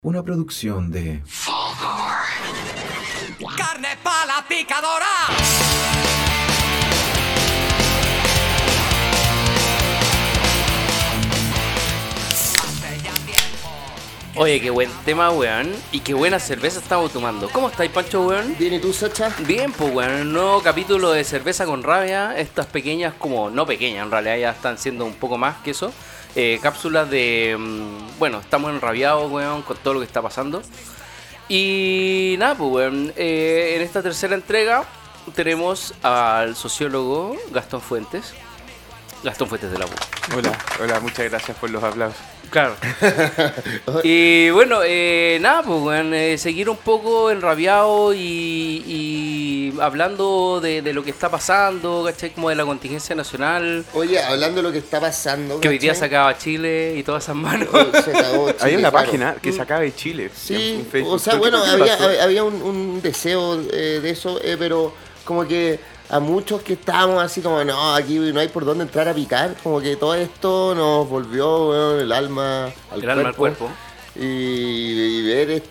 Una producción de... ¡Carne pa' la picadora! Oye, qué buen tema, weón. Y qué buena cerveza estamos tomando. ¿Cómo estáis, Pancho, weón? Bien, ¿y tú, Sacha? Bien, pues, weón. Un nuevo capítulo de Cerveza con Rabia. Estas pequeñas, como no pequeñas, en realidad ya están siendo un poco más que eso. Cápsulas de... bueno, estamos enrabiados, weón, con todo lo que está pasando. Y nada, pues, weón. En esta tercera entrega tenemos al sociólogo Gastón Fuentes. Gastón Fuentes de la U. Hola, muchas gracias por los aplausos. Claro. Y bueno, nada, pues, weón, seguir un poco enrabiado y hablando de lo que está pasando, ¿cachai? Como de la contingencia nacional. Oye, hablando de lo que está pasando... Que hoy día ¿cachai? se acaba Chile y todas esas manos. Se acabó Chile, Hay una claro. página que se acaba de Chile. Sí, en Facebook. o sea, ¿Pero bueno, qué pasó? había un deseo de eso, pero como que a muchos que estábamos así como, no, aquí no hay por dónde entrar a picar, como que todo esto nos volvió, bueno, el alma al cuerpo. Y ver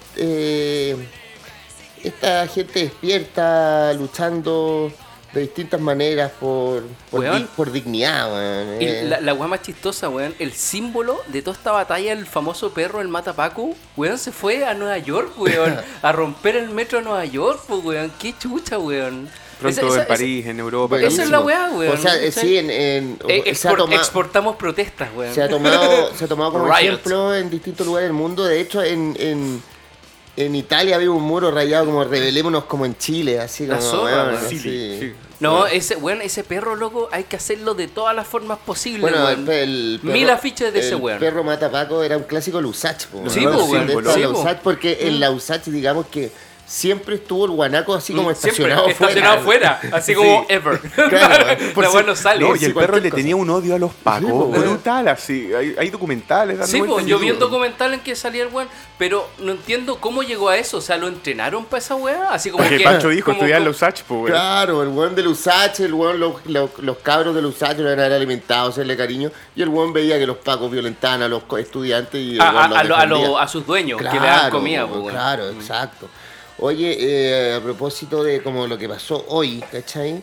esta gente despierta, luchando de distintas maneras por dignidad, weón. Y la weá más chistosa, weón, el símbolo de toda esta batalla, el famoso perro, el Matapacu, weón, se fue a Nueva York, weón, a romper el metro de Nueva York, pues, weón, qué chucha, weón. Pronto en París, en Europa. Esa es la weá, weón. O sea, sí, exportamos protestas, weón. Se ha tomado como Riots. ejemplo en distintos lugares del mundo. De hecho, en Italia había un muro rayado como rebelémonos como en Chile, así La como, zorra, weón, weón. así. Sí. No, ese perro, loco, hay que hacerlo de todas las formas posibles, Bueno, weón. el perro, 1000 afiches de ese el weón. perro Matapaco era un clásico Lausach, po, Sí, ¿no? po, weón, De esta sí, po. Lausach, porque en Lausach, digamos que siempre estuvo el guanaco así como estacionado fuera, así como Sí. ever. Claro, Por la si- weá no sale. No, y sí, el perro cualquier le cosa. tenía un odio a los pacos. Sí, po, weón. Brutal, así. Hay documentales dando Sí, vueltas pues en yo vi un YouTube. documental en que salía el weón, pero no entiendo cómo llegó a eso. O sea, ¿lo entrenaron para esa weá? Así como Porque que. Pancho dijo como- estudiar en los Usach, pues, weón. Claro, el weón de Lausach, el weón, los cabros de Lausach lo iban a haber alimentado, hacerle cariño, y el weón veía que los pacos violentaban a los estudiantes y el weón los defendía. a sus dueños, que le dan comida, pues, weón. Claro, exacto. Oye, a propósito de como lo que pasó hoy, ¿cachai?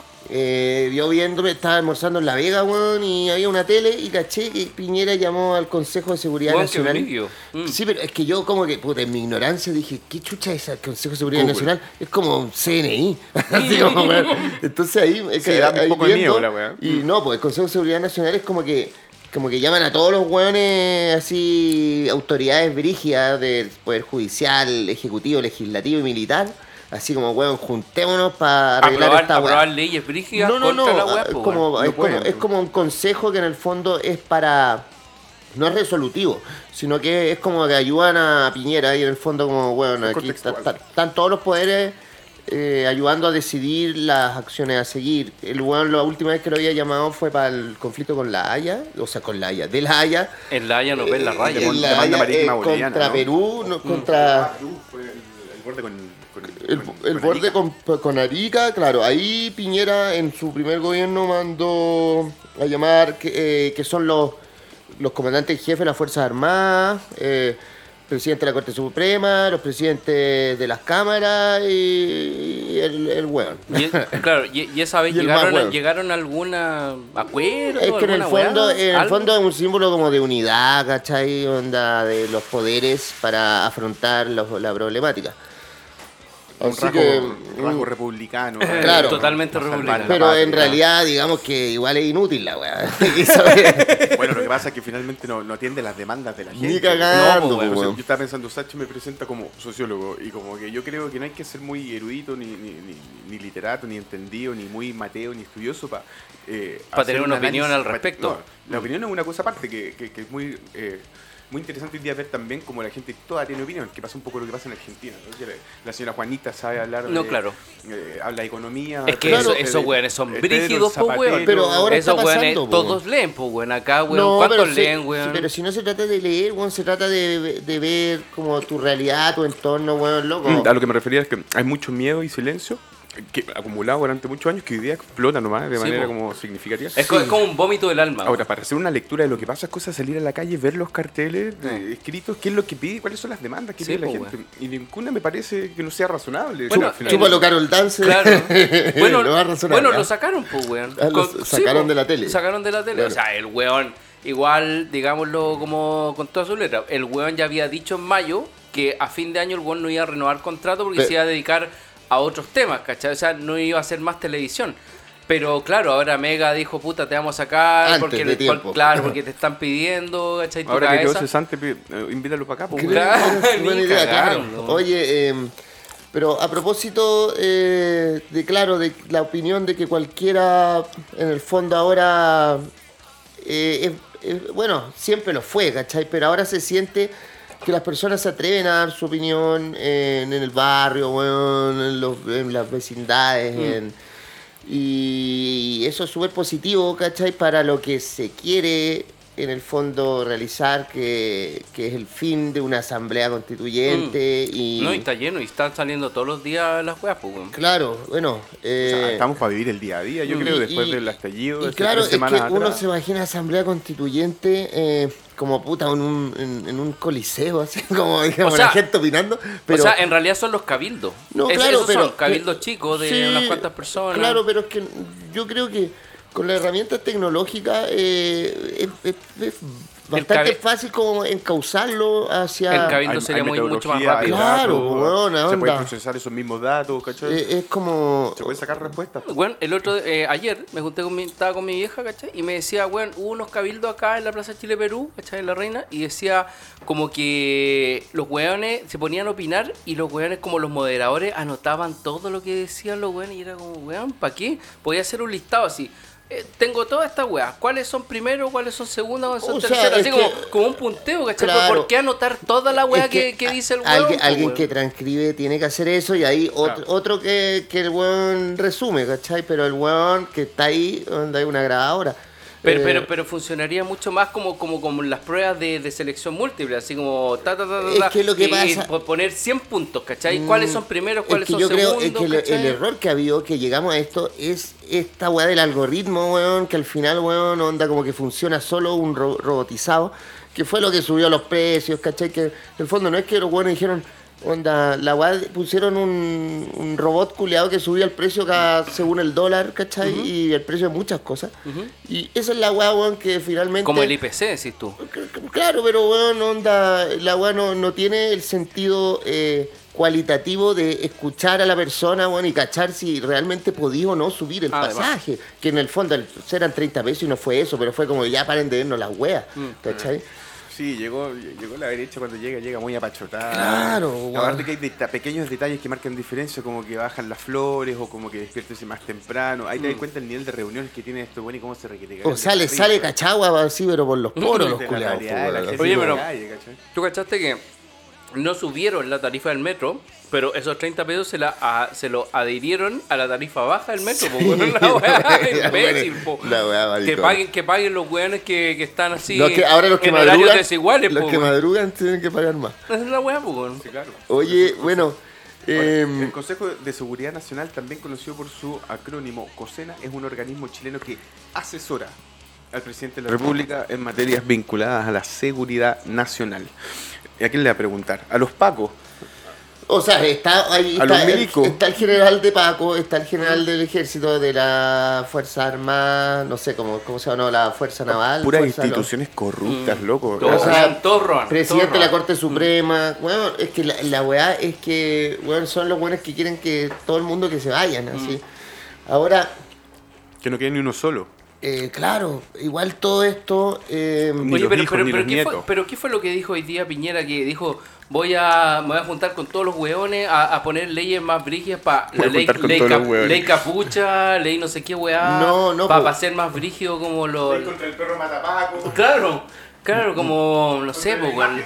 Yo viéndome, estaba almorzando en La Vega, weón, y había una tele y caché que Piñera llamó al Consejo de Seguridad Weón, qué Nacional. brillo. Sí, pero es que yo como que, puta, en mi ignorancia dije, ¿qué chucha es el Consejo de Seguridad Google. Nacional? Es como un CNI. Así como, weón. Entonces ahí... es Sí, que da un ahí poco de miedo la weá. Y no, pues el Consejo de Seguridad Nacional es como que llaman a todos los weones así, autoridades brígidas del Poder Judicial, Ejecutivo, Legislativo y Militar. Así como, weón, juntémonos para arreglar esta weá. aprobar leyes brígidas contra la weá, pues, como, weón. es, No pueden. como, es como un consejo que en el fondo es para... No es resolutivo, sino que es como que ayudan a Piñera y en el fondo como, bueno, aquí contextual. están todos los poderes ayudando a decidir las acciones a seguir. El weón la última vez que lo había llamado fue para el conflicto con La Haya, o sea, con La Haya, de La Haya. En la Haya nos ven la raya. en La demanda Haya, marítima boliviana, contra ¿no? Perú, contra... Fue el borde con El borde con Arica, claro, ahí Piñera en su primer gobierno mandó a llamar que son los comandantes en jefe de las Fuerzas Armadas, presidente de la Corte Suprema, los presidentes de las cámaras y el weón. Y esa vez Y el más weón. llegaron a alguna acuerdo. Es que en el alguna fondo, weá, algo. es un símbolo como de unidad, ¿cachai? Onda de los poderes para afrontar la problemática. un Así que... rasgo republicano. Claro. Totalmente Para salvar republicano. la Pero patria. en realidad, digamos que igual es inútil la weá. Bueno, lo que pasa es que finalmente no atiende las demandas de la gente. Ni cagando, No, pues, pues, Yo weón. estaba pensando, Sacho me presenta como sociólogo y como que yo creo que no hay que ser muy erudito, ni literato, ni entendido, ni muy mateo, ni estudioso para tener una opinión al respecto. La opinión es una cosa aparte que es muy interesante hoy día ver también como la gente toda tiene opinión, que pasa un poco lo que pasa en Argentina, ¿no? Que la señora Juanita sabe hablar No, de, claro. habla de economía. Es que Claro, esos weones son Pedro brígidos, po, Zapatero. weón. Pero ahora Esos está weones pasando, po. todos leen, pues, weón. Acá, weón. No, ¿Cuántos pero, leen, weón? pero si no se trata de leer, weón, se trata de ver como tu realidad, tu entorno, weón, loco. A lo que me refería es que hay mucho miedo y silencio que acumulado durante muchos años que hoy día explota nomás de Sí, manera po. como significativa. Es como un vómito del alma. Ahora, para hacer una lectura de lo que pasa, es cosa de salir a la calle, ver los carteles escritos, qué es lo que pide, cuáles son las demandas que Sí, pide la po, gente. Y ninguna me parece que no sea razonable. Bueno, al final. Chúpalo Carol Dance. Claro. Bueno, Lo más razonable, bueno, ¿ah? lo sacaron, pues, weón. Ah, lo sacaron po, de la tele. Sacaron de la tele. Claro. O sea, el weón, igual, digámoslo como con toda su letra, el weón ya había dicho en mayo que a fin de año el weón no iba a renovar contrato porque se iba a dedicar a otros temas, ¿cachai? O sea, no iba a hacer más televisión. Pero claro, ahora Mega dijo, puta, te vamos a sacar Antes porque, de tiempo. claro, porque te están pidiendo, ¿cachai? Tu Ahora que quedó cabeza. cesante, invítalo para acá. Pues, Creo weón. que es buena Ni idea, claro. cagando. Oye, pero a propósito de la opinión de que cualquiera, en el fondo ahora, bueno, siempre lo fue, ¿cachai? Pero ahora se siente que las personas se atreven a dar su opinión en el barrio, bueno, en las vecindades, y eso es súper positivo, ¿cachai? Para lo que se quiere en el fondo realizar, que es el fin de una asamblea constituyente. Y No, y está lleno, y están saliendo todos los días las weas, pues, weón. claro, bueno, O sea, estamos para vivir el día a día, yo creo, después del estallido. y de claro, 3 es que semanas uno atrás. se imagina asamblea constituyente como puta en un coliseo, así como digamos, O sea, la gente opinando. Pero, O sea, en realidad son los cabildos. no, claro, esos pero son cabildos chicos de sí, unas cuantas personas. Claro, pero es que yo creo que con las herramientas tecnológicas es bastante fácil como encauzarlo hacia... El cabildo sería Hay mucho más metodología, hay rápido. Claro, datos, weona, se pueden onda. procesar esos mismos datos, ¿cachai? Es como... Se pueden sacar respuestas. Bueno, ayer me junté estaba con mi vieja, ¿cachai? Y me decía, bueno, hubo unos cabildos acá en la Plaza Chile Perú, ¿cachai? En La Reina, y decía como que los weones se ponían a opinar y los weones como los moderadores anotaban todo lo que decían los weones y era como, weón, ¿para qué? Podía hacer un listado así. Tengo todas estas weas, ¿cuáles son primero, cuáles son segundas, cuáles son O sea, terceras? es Así que- como un punteo, ¿cachai? Claro. ¿Por qué anotar toda la wea Es que dice el weón? Alguien po, que weón? transcribe tiene que hacer eso y ahí otro que el weón resume, ¿cachai? Pero el weón que está ahí, donde hay una grabadora. Pero funcionaría mucho más como las pruebas de selección múltiple, así como Es que lo que y pasa- poner 100 puntos, ¿cachai? ¿Cuáles son primeros, Es cuáles que son yo creo segundos? que el ¿cachai? error que ha habido, que llegamos a esto, es esta weá del algoritmo, weón, que al final, weón, onda como que funciona solo un robotizado, que fue lo que subió los precios, ¿cachai? Que en el fondo no es que los weones dijeron, onda, la weá pusieron un robot culeado que subía el precio según el dólar, ¿cachai? Y el precio de muchas cosas. Y esa es la weá, weón, que finalmente... Como el IPC, decís tú. Claro, pero weón, onda, la weá no tiene el sentido cualitativo de escuchar a la persona, weón, y cachar si realmente podía o no subir el Además. pasaje. Que en el fondo eran 30 pesos y no fue eso, pero fue como ya paren de vernos las weas, ¿cachai? Sí, llegó la derecha cuando llega muy apachotada. Claro, weón. Aparte que hay pequeños detalles que marcan diferencia, como que bajan las flores o como que despiértese más temprano. Ahí te das cuenta el nivel de reuniones que tiene esto, bueno, y cómo se requiere. O sea, le sale cachagua así, pero por los poros los culeados. Oye, pero- ¿Tú cachaste que no subieron la tarifa del metro, pero esos 30 pesos se lo adhirieron a la tarifa baja del metro? Po, weón, la weá, imbécil, po. La weá, maricón. que paguen los weones que están así Ahora los que en horarios madrugan, desiguales, los po, que weón. madrugan tienen que pagar más. Esa es la weá, po, weón. Sí, claro. Oye, bueno, El Consejo de Seguridad Nacional, también conocido por su acrónimo COSENA, es un organismo chileno que asesora al presidente de la República en materias vinculadas a la seguridad nacional. ¿Y a quién le va a preguntar? A los pacos. o sea, ahí A los está, milicos. está el general de Paco, está el general del ejército, de la Fuerza Armada, no sé cómo se llama, no, la Fuerza Naval. Puras Fuerza, no. instituciones corruptas, loco. Todos O sea, todos roban, Presidente todos de la roban. Corte Suprema, bueno, es que la weá es que, bueno, son los buenos que quieren que todo el mundo que se vayan, así. Ahora, Que no quede ni uno solo. claro, igual todo esto, Ni Oye, los hijos, ni los ¿qué nietos. ¿qué fue lo que dijo hoy día Piñera? Que dijo, me voy a juntar con todos los hueones a poner leyes más brígidas para la Voy a ley, juntar con todos los hueones. ley capucha, ley no sé qué weá, No, para pues. ser más brígido como los... Contra el perro matapaco. Claro, como, no sé, pues, weón.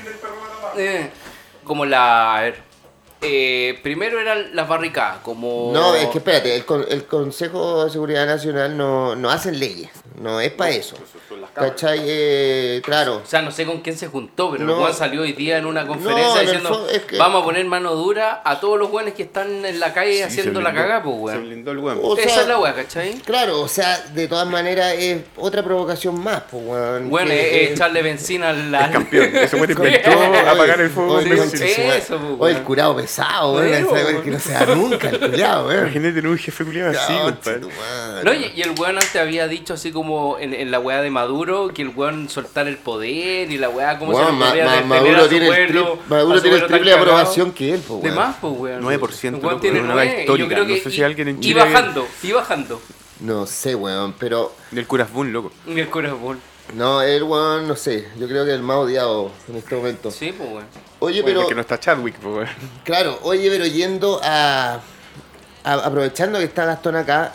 Como a ver, primero eran las barricadas, como... no, es que espérate, el Consejo de Seguridad Nacional no hacen leyes, no es para eso. Son las ¿cachai? Claro. O sea, no sé con quién se juntó, pero No. el weón salió hoy día en una conferencia No, en el diciendo fondo es que- vamos a poner mano dura a todos los weones que están en la calle Sí, haciendo se la blindó. cagada, pues Se weón. blindó el weón. O Esa sea, es la weá, ¿cachai? Claro, o sea, de todas maneras es otra provocación más, pues, weón. Bueno, que- es echarle benzina al Campeón. Ese weón inventó Oye, apagar el fuego. oye, con sí, benzina. sí. weón. Eso, pues, Oye, el weón. curado pesado, weón. Bueno, Esa weón weón. que no se da nunca, el curado, weón. Imagínate tener un jefe culiado así, No, compadre. chetumare. No, y el weón antes había dicho así como en la weá de Maduro que el weón soltar el poder y la weá como Weón, se le podría detener a Maduro su tiene el pueblo, tri- a Maduro su tiene el pueblo tan triple de cagado. aprobación que él, pues, De weón. más, pues weón. 9%, El weón loco, tiene una 9, weá y yo histórica. creo que No sé si alguien en y Chile- bajando. No sé, weón, pero... Del Curas Boon, loco. Y el corazón. No, el weón, no sé. Yo creo que es el más odiado en este momento. Sí, pues weón. Oye, Bueno, pero... porque no está Chadwick, pues, weón. Claro, oye, pero yendo aprovechando que está Gastón acá,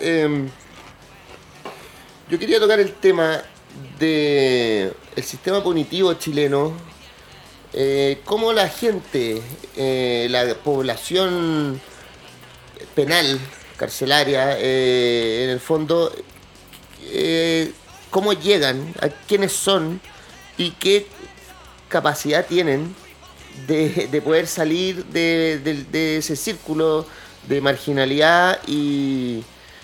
yo quería tocar el tema de el sistema punitivo chileno, cómo la gente, la población penal, carcelaria, en el fondo, cómo llegan, a quiénes son y qué capacidad tienen de poder salir de ese círculo de marginalidad y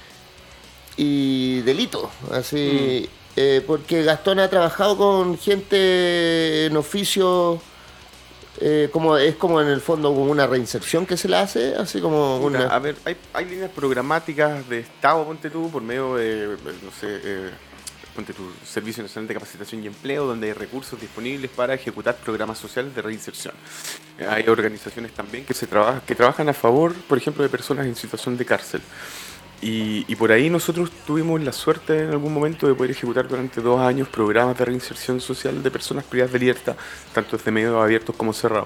delito. Así, porque Gastón ha trabajado con gente en oficio, como es como en el fondo como una reinserción que se le hace, así como Puta, una... a ver, hay líneas programáticas de Estado, ponte tú, por medio de, no sé, ponte tu Servicio Nacional de Capacitación y Empleo, donde hay recursos disponibles para ejecutar programas sociales de reinserción. Hay organizaciones también que trabajan a favor, por ejemplo, de personas en situación de cárcel. Y por ahí nosotros tuvimos la suerte en algún momento de poder ejecutar durante 2 años programas de reinserción social de personas privadas de libertad, tanto desde medios abiertos como cerrados.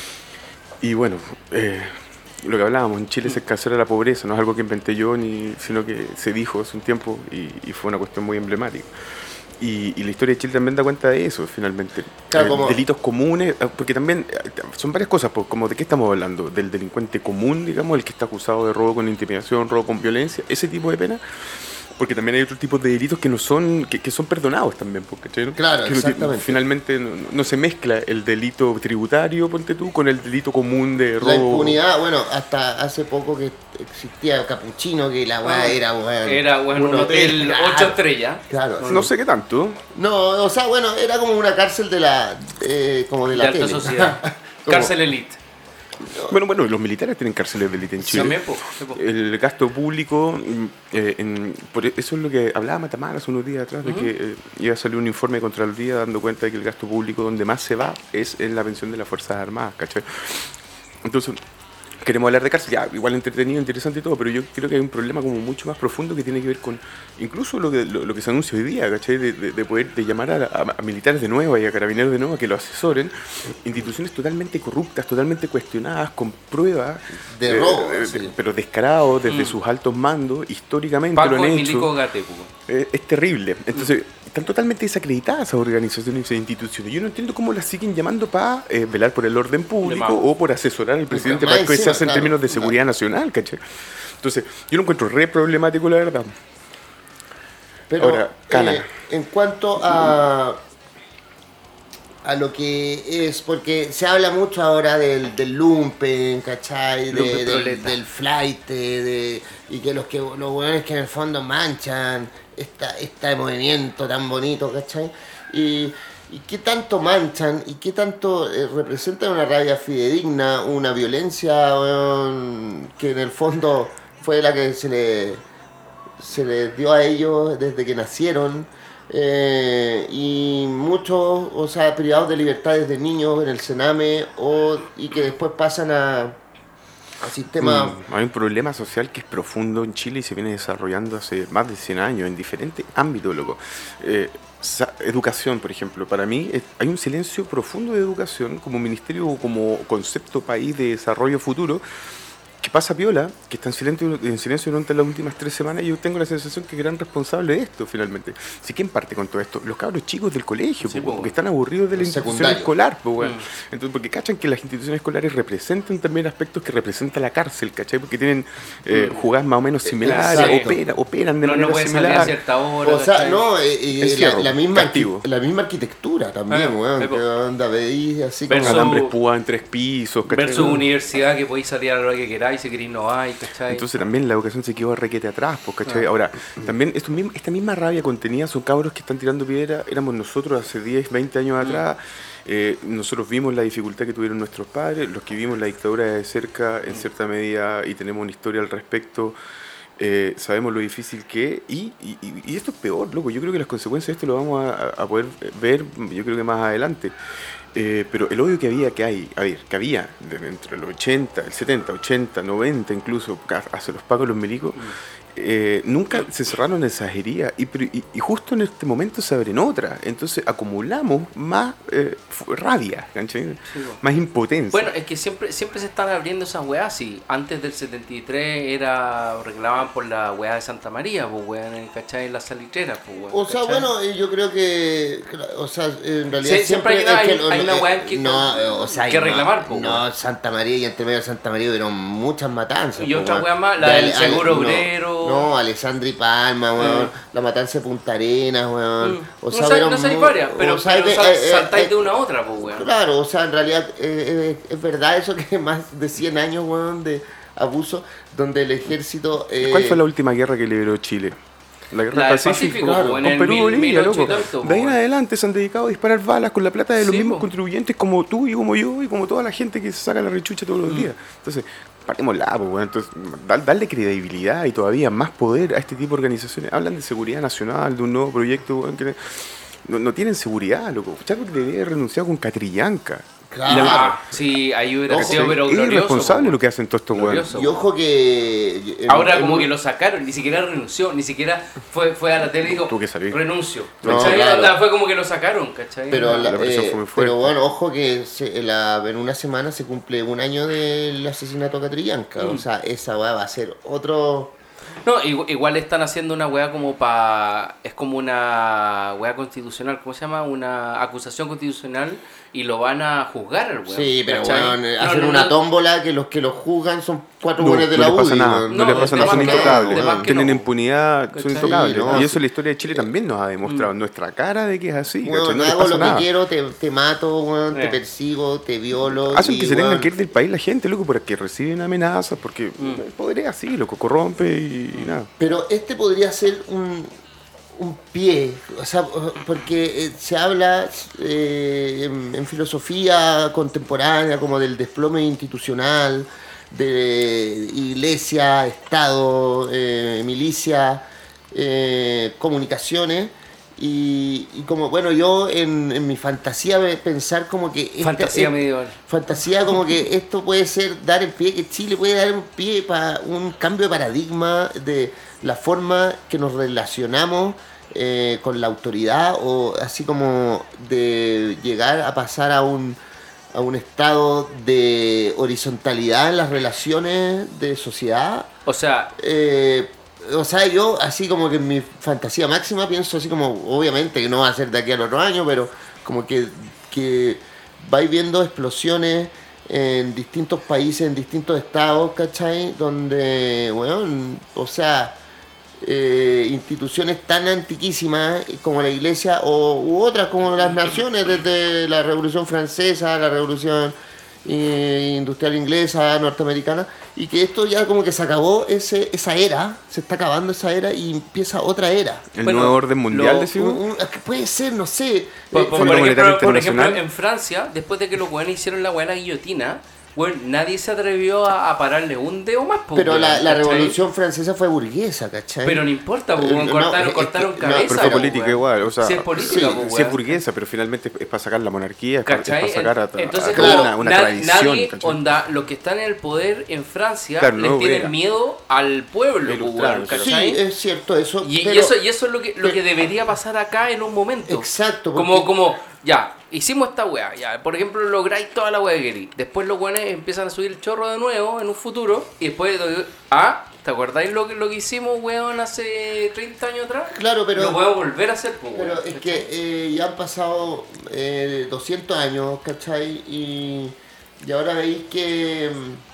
Y bueno, lo que hablábamos, en Chile se escasea la pobreza, no es algo que inventé yo, sino que se dijo hace un tiempo y fue una cuestión muy emblemática. Y la historia de Chile también da cuenta de eso, finalmente. Claro, como- Delitos comunes, porque también son varias cosas, pues, como de qué estamos hablando, del delincuente común, digamos, el que está acusado de robo con intimidación, robo con violencia, ese tipo de pena. Porque también hay otros tipos de delitos que no son que son perdonados también, porque ¿no? Claro, Que no exactamente. finalmente no se mezcla el delito tributario, ponte tú, con el delito común de robo. La impunidad, bueno, hasta hace poco que existía Capuchino, que la weá era, weón, Era bueno, un hotel claro. 8 estrellas. Claro. No sé qué tanto. No, o sea, bueno, era como una cárcel de la, como de De la alta tele. sociedad. Como- Cárcel elite. Bueno, los militares tienen cárceles de élite en Chile. También, po, sí, po. El gasto público, por eso es lo que hablaba Matamara hace unos días atrás, de que iba a salir un informe de Contraloría dando cuenta de que el gasto público donde más se va es en la pensión de las Fuerzas Armadas, ¿cachai? Entonces, queremos hablar de cárcel, ya, igual entretenido, interesante y todo, pero yo creo que hay un problema como mucho más profundo que tiene que ver con incluso lo que se anuncia hoy día, ¿cachai? De poder de llamar a militares de nuevo y a carabineros de nuevo a que lo asesoren, instituciones totalmente corruptas, totalmente cuestionadas, con pruebas De robo, sí. pero descarados desde sus altos mandos, históricamente Paco lo han y hecho. Milico Gate, po. Es terrible. Entonces, están totalmente desacreditadas esas organizaciones e instituciones. Yo no entiendo cómo las siguen llamando para velar por el orden público más. o por asesorar al presidente más para que se encima, hace en claro, términos de claro. seguridad nacional, ¿cachai? Entonces, yo lo encuentro re problemático, la verdad. Pero Ahora, Cana. en cuanto a lo que es, porque se habla mucho ahora del lumpen, ¿cachai? Lumpen proleta. Del flight, y que los hueones que en el fondo manchan este movimiento tan bonito, ¿cachai? Y qué tanto manchan y qué tanto representan una rabia fidedigna, una violencia, weón, que en el fondo fue la que se les dio a ellos desde que nacieron, y muchos, o sea, privados de libertad desde niños en el Sename, y que después pasan a sistemas... Hay un problema social que es profundo en Chile y se viene desarrollando hace más de 100 años en diferentes ámbitos, loco. Educación, por ejemplo, para mí hay un silencio profundo de educación como ministerio o como concepto país de desarrollo futuro que pasa piola, que está en silencio durante las últimas 3 semanas, y yo tengo la sensación que es gran responsable de esto, finalmente. Así que, ¿quién parte con todo esto? Los cabros chicos del colegio, Sí, porque están aburridos de la institución secundario. escolar, Entonces, porque cachan que las instituciones escolares representan también aspectos que representa la cárcel, ¿cachai? Porque tienen jugadas más o menos similares, Exacto. operan de No manera puedes salir a similar. cierta hora. O sea, ¿cachai? no, y Encierro, la misma castigo. la misma arquitectura también, weón. Pepo. Que onda, veis así Versus- como... Alambres púas en 3 pisos, ¿cachai? Versus universidad, que podéis salir a la hora que queráis, si queréis no hay, ¿cachai? Entonces también la educación se quedó requete atrás, pues, ¿cachai? Ahora, también esta misma rabia contenida son cabros que están tirando piedra, éramos nosotros hace 10, 20 años atrás, nosotros vimos la dificultad que tuvieron nuestros padres, los que vimos la dictadura de cerca en cierta medida y tenemos una historia al respecto, sabemos lo difícil que es y esto es peor, loco, yo creo que las consecuencias de esto lo vamos a poder ver, yo creo que más adelante. Pero el odio que había entre los 80, el 70, 80, 90 incluso, hacia los pacos, los milicos, nunca se cerraron esas heridas y justo en este momento se abren otras. Entonces acumulamos más rabia, ¿cachai? Más impotencia. Bueno, es que siempre se están abriendo esas weas. Si antes del 73 reclamaban por la wea de Santa María, pues weón, ¿cachai? En las salitreras, pues weón. O sea, ¿cachai? bueno, yo creo que, o sea, en realidad Sí, siempre es hay que una weá que- no, o sea, que reclamar, po, no, weón. Santa María y entre medio de Santa María hubieron muchas matanzas. Y po, otra weón. weá más, la De del seguro obrero. No, Alessandra y Palma, weón, la matanza de Punta Arenas, weón. O sea, no hubieron sé mu- varias, pero o sea, saltáis de una a otra, pues weón. Claro, o sea, en realidad es verdad eso que más de 100 años, weón, de abuso, donde el ejército... ¿Cuál fue la última guerra que liberó Chile? La guerra La del del Pacífico, claro, po, en con el Perú y Bolivia, 1800 loco. y tanto, De ahí en po. adelante se han dedicado a disparar balas con la plata de los Sí, mismos po. contribuyentes como tú y como yo y como toda la gente que se saca la rechucha todos los días. Entonces, parémosla, pues, bueno. Entonces, darle credibilidad y todavía más poder a este tipo de organizaciones. Hablan de seguridad nacional, de un nuevo proyecto, bueno, que no tienen seguridad, loco. Chaco que debería renunciar con Catrillanca. Claro. Sí, ahí hubiera Ojo, sido, pero es glorioso. irresponsable po. lo que hacen todos estos weones. Glorioso. Y ojo que... Ahora como que lo sacaron, ni siquiera renunció, ni siquiera fue a la tele y dijo, Tuvo que salir. renuncio. No, ¿Cachai? claro. Onda, fue como que lo sacaron, ¿cachai? Pero, La presión fue muy fuerte. pero bueno, ojo que en una semana se cumple 1 año del asesinato a Catrillanca. O sea, esa weá va a ser otro... No, igual están haciendo una weá como es como una weá constitucional, ¿cómo se llama? Una acusación constitucional y lo van a juzgar al weón. Sí, pero ¿cachai? weón, No, hacen no, una no. tómbola que los que lo juzgan son 4 No, buenos de no la les pasa UDI, nada, weón. no les pasa nada, son de más que intocables. de más que Tienen no. impunidad, son ¿Cachai? intocables. Sí, no, Y eso la historia de Chile también nos ha demostrado, nuestra cara de que es así. Weón, ¿cachai? No les hago pasa lo nada. que quiero, te mato, weón, te Eh. persigo, te violo. Hacen y, que se tengan weón, que ir del país la gente, loco, porque reciben amenazas, porque el poder es así, loco, corrompe y nada. Pero este podría ser un pie, o sea, porque se habla en filosofía contemporánea como del desplome institucional, de iglesia, Estado, milicia, comunicaciones. Y como, bueno, yo en mi fantasía pensar como que... Fantasía medieval. Fantasía como que esto puede ser dar el pie, que Chile puede dar un pie para un cambio de paradigma de la forma que nos relacionamos con la autoridad, o así como de llegar a pasar a un estado de horizontalidad en las relaciones de sociedad. O sea, Yo así como que en mi fantasía máxima pienso así como, obviamente que no va a ser de aquí al otro año, pero como que vais viendo explosiones en distintos países, en distintos estados, ¿cachai? Donde, bueno, o sea, instituciones tan antiquísimas como la iglesia u otras como las naciones, desde la Revolución Francesa, la Revolución industrial inglesa, norteamericana, y que esto ya como que se acabó esa era, se está acabando esa era y empieza otra era. El Bueno, nuevo orden mundial, lo- decimos. Que puede ser, no sé. por Fondo Monetario ejemplo, Internacional. en Francia, después de que los weones hicieron la weá de la guillotina, bueno, nadie se atrevió a pararle un dedo más. Po, pero weón, la ¿cachai? Revolución Francesa fue burguesa, ¿cachai? Pero no importa, po, weón, No, cortaron no, cabeza. Pero fue po, política weón. igual, o sea, Sí, es política, po, sí es weón. burguesa, pero finalmente es para sacar la monarquía, es para ¿Cachai? sacar a Entonces, claro, una na- tradición. nadie, ¿cachai? onda, los que están en el poder en Francia, Claro, les no tienen obrera. miedo al pueblo, El po, ultra, weón, claro. sí, ¿cachai? es cierto eso. Y pero- eso es lo que debería pasar acá en un momento. Exacto. Como, ya, hicimos esta weá, ya, por ejemplo, lográis toda la weá que queréis. Después los weones empiezan a subir el chorro de nuevo en un futuro y después, ¿te acordáis lo que hicimos, weón, hace 30 años atrás? Claro, pero... Lo podemos volver a hacer, pues, Pero weón. es que ya han pasado 200 años, ¿cachai? Y ahora veis que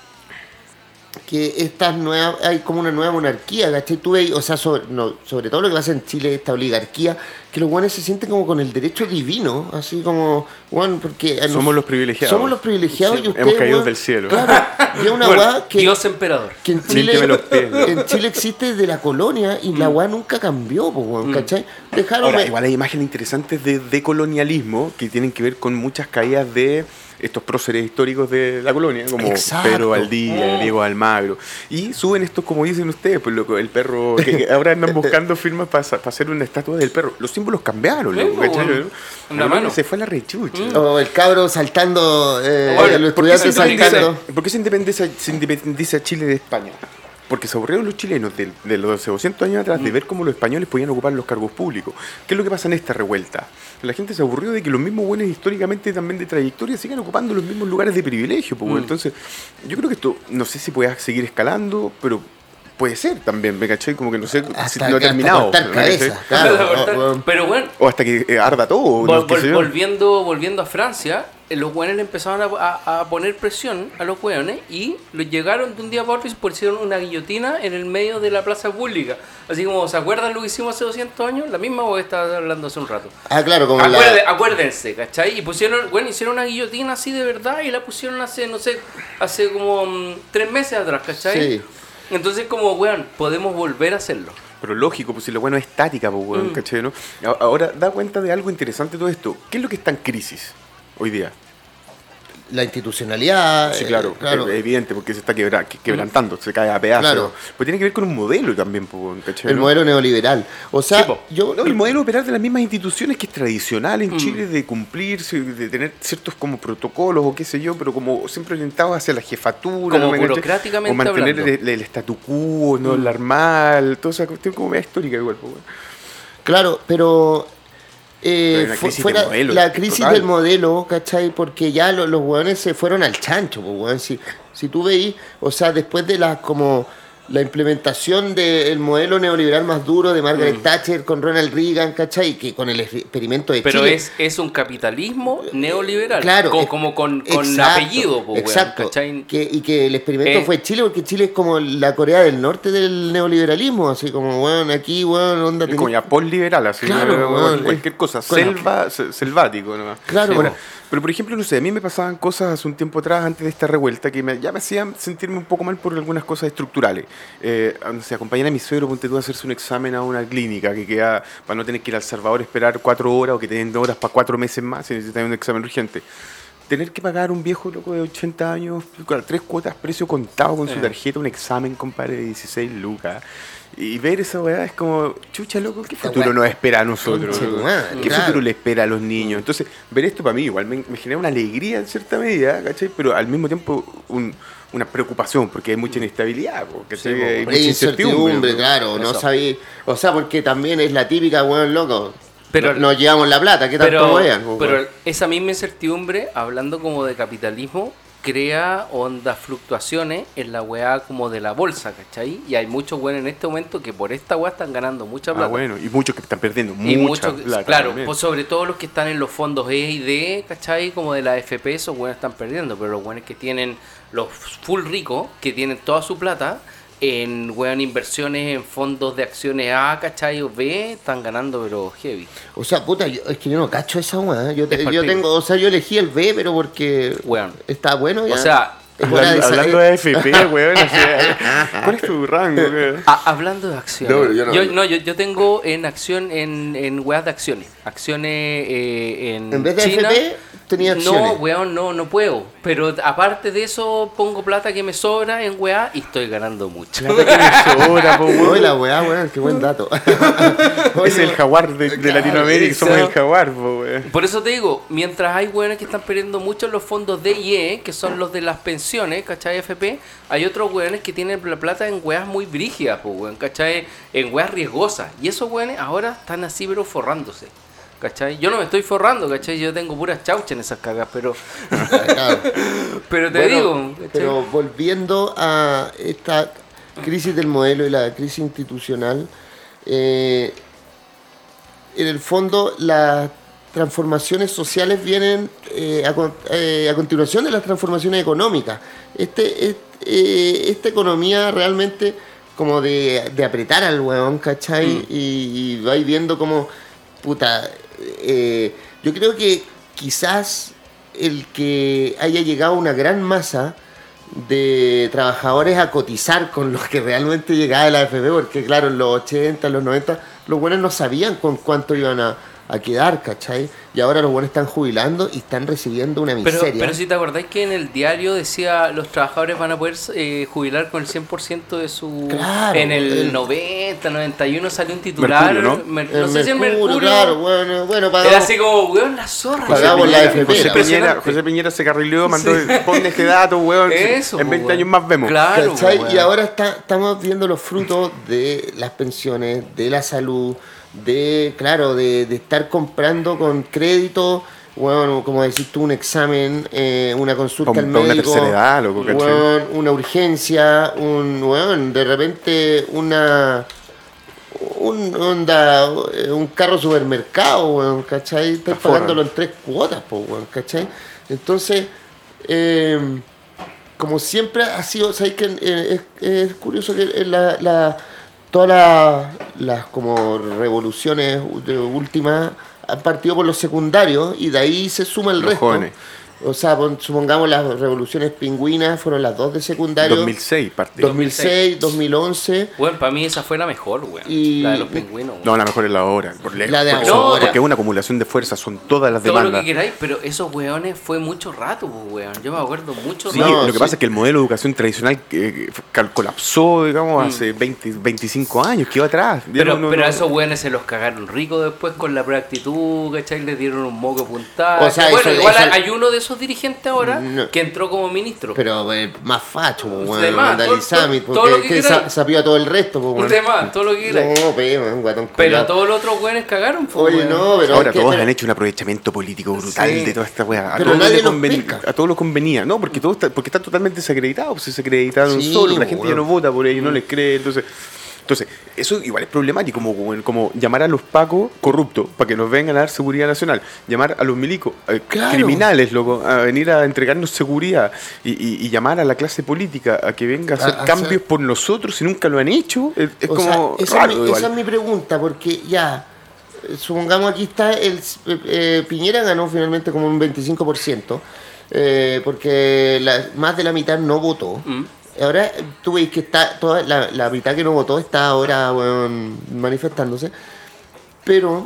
estas nuevas, hay como una nueva monarquía, ¿cachai? Tú veis, o sea, sobre todo lo que pasa en Chile, esta oligarquía, que los guanes se sienten como con el derecho divino, así como, bueno, porque... Somos los privilegiados. Somos los privilegiados Sí, y ustedes, hemos caído weón, del cielo. Claro, y es una Bueno, weá que... Dios emperador. Que en Límpiame los pies. en Chile existe desde la colonia y la weá nunca cambió, pues, weón, ¿cachai? Dejaron... Ahora, igual hay imágenes interesantes de decolonialismo que tienen que ver con muchas caídas de estos próceres históricos de la colonia, como Exacto. Pedro Valdivia, Diego Almagro. Y suben estos, como dicen ustedes, pues loco, el perro, que ahora andan buscando firmas para hacer una estatua del perro. Los símbolos cambiaron, Sí, loco, pues, ¿cachai? bueno, en la La mano. se fue a la rechucha. O el cabro saltando, Oye, los ¿Por qué estudiantes saltando. se independiza Chile de España? Porque se aburrieron los chilenos de los hace 200 años atrás de ver cómo los españoles podían ocupar los cargos públicos. ¿Qué es lo que pasa en esta revuelta? La gente se aburrió de que los mismos buenos históricamente también de trayectoria sigan ocupando los mismos lugares de privilegio. Pues, entonces, yo creo que esto no sé si pueda seguir escalando, pero puede ser también, ¿me caché? Como que no sé si no ha terminado. cortar ¿me cachai? cabeza, claro, bueno. Pero bueno, O hasta que arda todo. no qué sé yo. volviendo a Francia, los hueones le empezaron a poner presión a los hueones y los llegaron de un día para otro y pusieron una guillotina en el medio de la plaza pública. Así como, ¿se acuerdan lo que hicimos hace 200 años? La misma hueá que estaba hablando hace un rato. Ah, claro, como Acuérdense, ¿cachai? Y pusieron, hicieron una guillotina así de verdad y la pusieron hace, no sé, hace como 3 meses atrás, ¿cachai? Sí. Entonces como, weón, podemos volver a hacerlo. Pero lógico, pues si lo bueno es estática, pues, weón, ¿cachai, no? Ahora, da cuenta de algo interesante todo esto. ¿Qué es lo que está en crisis hoy día? La institucionalidad. Sí, claro, claro. es evidente, porque se está quebrantando, se cae a pedazos. Claro. Pues tiene que ver con un modelo también, pues, ¿cachai? El no? modelo neoliberal. O sea, Sí, po. No, el modelo operar de las mismas instituciones que es tradicional en Chile, de cumplir, de tener ciertos como protocolos o qué sé yo, pero como siempre orientados hacia la jefatura. Como ¿no? burocráticamente o mantener hablando. el statu quo, no alarmar, toda esa cuestión como media histórica igual. Pues, bueno. claro, pero Hay una crisis fuera de modelo, la crisis total. del modelo, ¿cachai? Porque ya los hueones se fueron al chancho, pues, hueón. Si tú veis, o sea, después de la implementación del modelo neoliberal más duro de Margaret Thatcher con Ronald Reagan, ¿cachai? Que con el experimento de Pero Chile. es un capitalismo neoliberal. Claro, Como con exacto, apellido, pues, weón, exacto. ¿cachai? Y que el experimento fue Chile, porque Chile es como la Corea del Norte del neoliberalismo, así como, bueno, aquí, bueno, onda... Es como ya postliberal, así, Claro, ¿no? weón, cualquier cosa, bueno. selvático nomás. Claro. Ahora, pero por ejemplo, no sé, a mí me pasaban cosas hace un tiempo atrás, antes de esta revuelta, que ya me hacían sentirme un poco mal por algunas cosas estructurales. No sé, acompañar a mi suegro, ponte tú a hacerse un examen a una clínica que queda, para no tener que ir al Salvador, esperar 4 horas o que te den horas para 4 meses más si necesitas un examen urgente. Tener que pagar un viejo loco de 80 años, 3 cuotas, precio contado con su tarjeta, un examen, compadre, de 16 lucas. Y ver esa weá es como, chucha, loco, ¿qué futuro nos espera a nosotros? Conche tu madre, ¿Qué claro. futuro le espera a los niños? Entonces, ver esto para mí igual me genera una alegría en cierta medida, ¿cachai? Pero al mismo tiempo una preocupación, porque hay mucha inestabilidad, ¿cachai? Sí, hay mucha incertidumbre, claro, no Eso. sabí. O sea, porque también es la típica, weón, loco. Pero- Nos llevamos la plata, ¿qué tanto vean? pero esa misma incertidumbre, hablando como de capitalismo, crea ondas fluctuaciones en la weá como de la bolsa, ¿cachai? Y hay muchos weones en este momento que por esta weá están ganando mucha plata. Ah, bueno, y muchos que están perdiendo Y mucha muchos, plata claro, también. pues sobre todo los que están en los fondos E y D, ¿cachai? Como de la AFP, esos buenos están perdiendo, pero los buenos que tienen, los full ricos, que tienen toda su plata en inversiones en fondos de acciones A, ¿cachai? O B, están ganando, pero heavy. O sea, puta, es que yo no cacho esa weá. Yo palpico. tengo, o sea, yo elegí el B, pero porque Weón. está bueno ya. O sea, Es hora de Hablando salir. de AFP, weón, o sea, ¿cuál es tu rango? weón? hablando de acciones, No, yo no. yo tengo en acción, en weas de acciones. Acciones en En vez de China. AFP, tenía acciones. No, weón, no puedo. Pero aparte de eso, pongo plata que me sobra en weá y estoy ganando mucho. Plata que me sobra, po, weón. Hola, weá, weón, qué buen dato. Es el jaguar de Latinoamérica, somos el jaguar, po, weón. Por eso te digo, mientras hay weones que están perdiendo mucho en los fondos D y E, que son los de las pensiones, ¿cachai? FP, hay otros weones que tienen la plata en weas muy brígidas, pues, weón, ¿cachai? En weas riesgosas. Y esos weones ahora están así, pero forrándose. ¿cachai? Yo no me estoy forrando, ¿cachai? Yo tengo puras chauchas en esas cagas, pero... Claro. pero te Bueno, digo, ¿cachai? pero volviendo a esta crisis del modelo y la crisis institucional, en el fondo las transformaciones sociales vienen a continuación de las transformaciones económicas. Esta economía realmente como de apretar al huevón, ¿cachai? Y vais viendo como, puta, yo creo que quizás el que haya llegado una gran masa de trabajadores a cotizar con los que realmente llegaba la AFP, porque claro, en los 80, en los 90, los buenos no sabían con cuánto iban a quedar, ¿cachai? Y ahora los buenos están jubilando y están recibiendo una miseria. Pero si te acordáis que en el diario decía los trabajadores van a poder jubilar con el 100% de su... Claro, en el 90, 91 salió un titular. Mercurio, ¿no? No sé si en Mercurio. Claro, bueno, pagamos. Era así como, weón, la zorra. Pagamos la AFP. José Piñera se carrileó, mandó, ponle este dato, weón. Eso, en 20 weón. años más vemos. Claro, ¿Cachai? weón. Y ahora estamos viendo los frutos de las pensiones, de la salud, de estar comprando con crédito, bueno, como decís tú, un examen, una consulta al médico, una tercera edad, loco, ¿cachai? bueno, una urgencia, de repente un carro supermercado, bueno, ¿cachai? Estás pagándolo en 3 cuotas, bueno, ¿cachai? Entonces, como siempre ha sido, ¿sabes qué? Es curioso que todas las como revoluciones últimas han partido por los secundarios y de ahí se suma el Los resto. jóvenes. O sea, supongamos las revoluciones pingüinas fueron las 2 de secundario. 2006 partió. 2006, 2011. Bueno, para mí esa fue la mejor, weón. Y- La de los pingüinos, weón. No, la mejor es la hora, por lejos. La de porque ahora. porque es una acumulación de fuerzas, son todas las Todo lo demandas. que queráis, pero esos weones fue mucho rato, pues, weón. Yo me acuerdo mucho Sí, rato. No, lo que sí. pasa es que el modelo de educación tradicional colapsó, digamos, hace 20, 25 años, quedó atrás. Ya Pero, no- pero no- a esos weones se los cagaron ricos después con la preactitud, ¿cachai? Les dieron un moco puntal. O sea, bueno, eso- igual eso- hay uno de esos dirigentes ahora No. que entró como ministro. Pero más facho, pues, De más, todo- Samit, todo lo porque que queráis. sapió a todo el resto, pues, Un bueno. tema, todo lo que quieras. No, pero, un guatón Pero colado. todos los otros weones cagaron, pues, Oye, weón. no, pero Ahora es que- todos pero- han hecho un aprovechamiento político brutal Sí. de toda esta weá. Pero nadie los convenía, pesca. a todos los convenía, ¿no? Porque porque están totalmente desacreditados, pues se desacreditaron Sí, solos, la gente ya bueno. no vota por ellos, no les cree, entonces eso igual es problemático, como llamar a los pacos corruptos para que nos vengan a dar seguridad nacional, llamar a los milicos Claro. criminales, loco, a venir a entregarnos seguridad y llamar a la clase política a que venga a hacer A cambios hacer- por nosotros si nunca lo han hecho, es O como sea, raro esa igual. es mi pregunta, porque ya, supongamos aquí está, Piñera ganó finalmente como un 25%, porque más de la mitad no votó. Ahora tú veis que está toda la mitad que no votó está ahora manifestándose, pero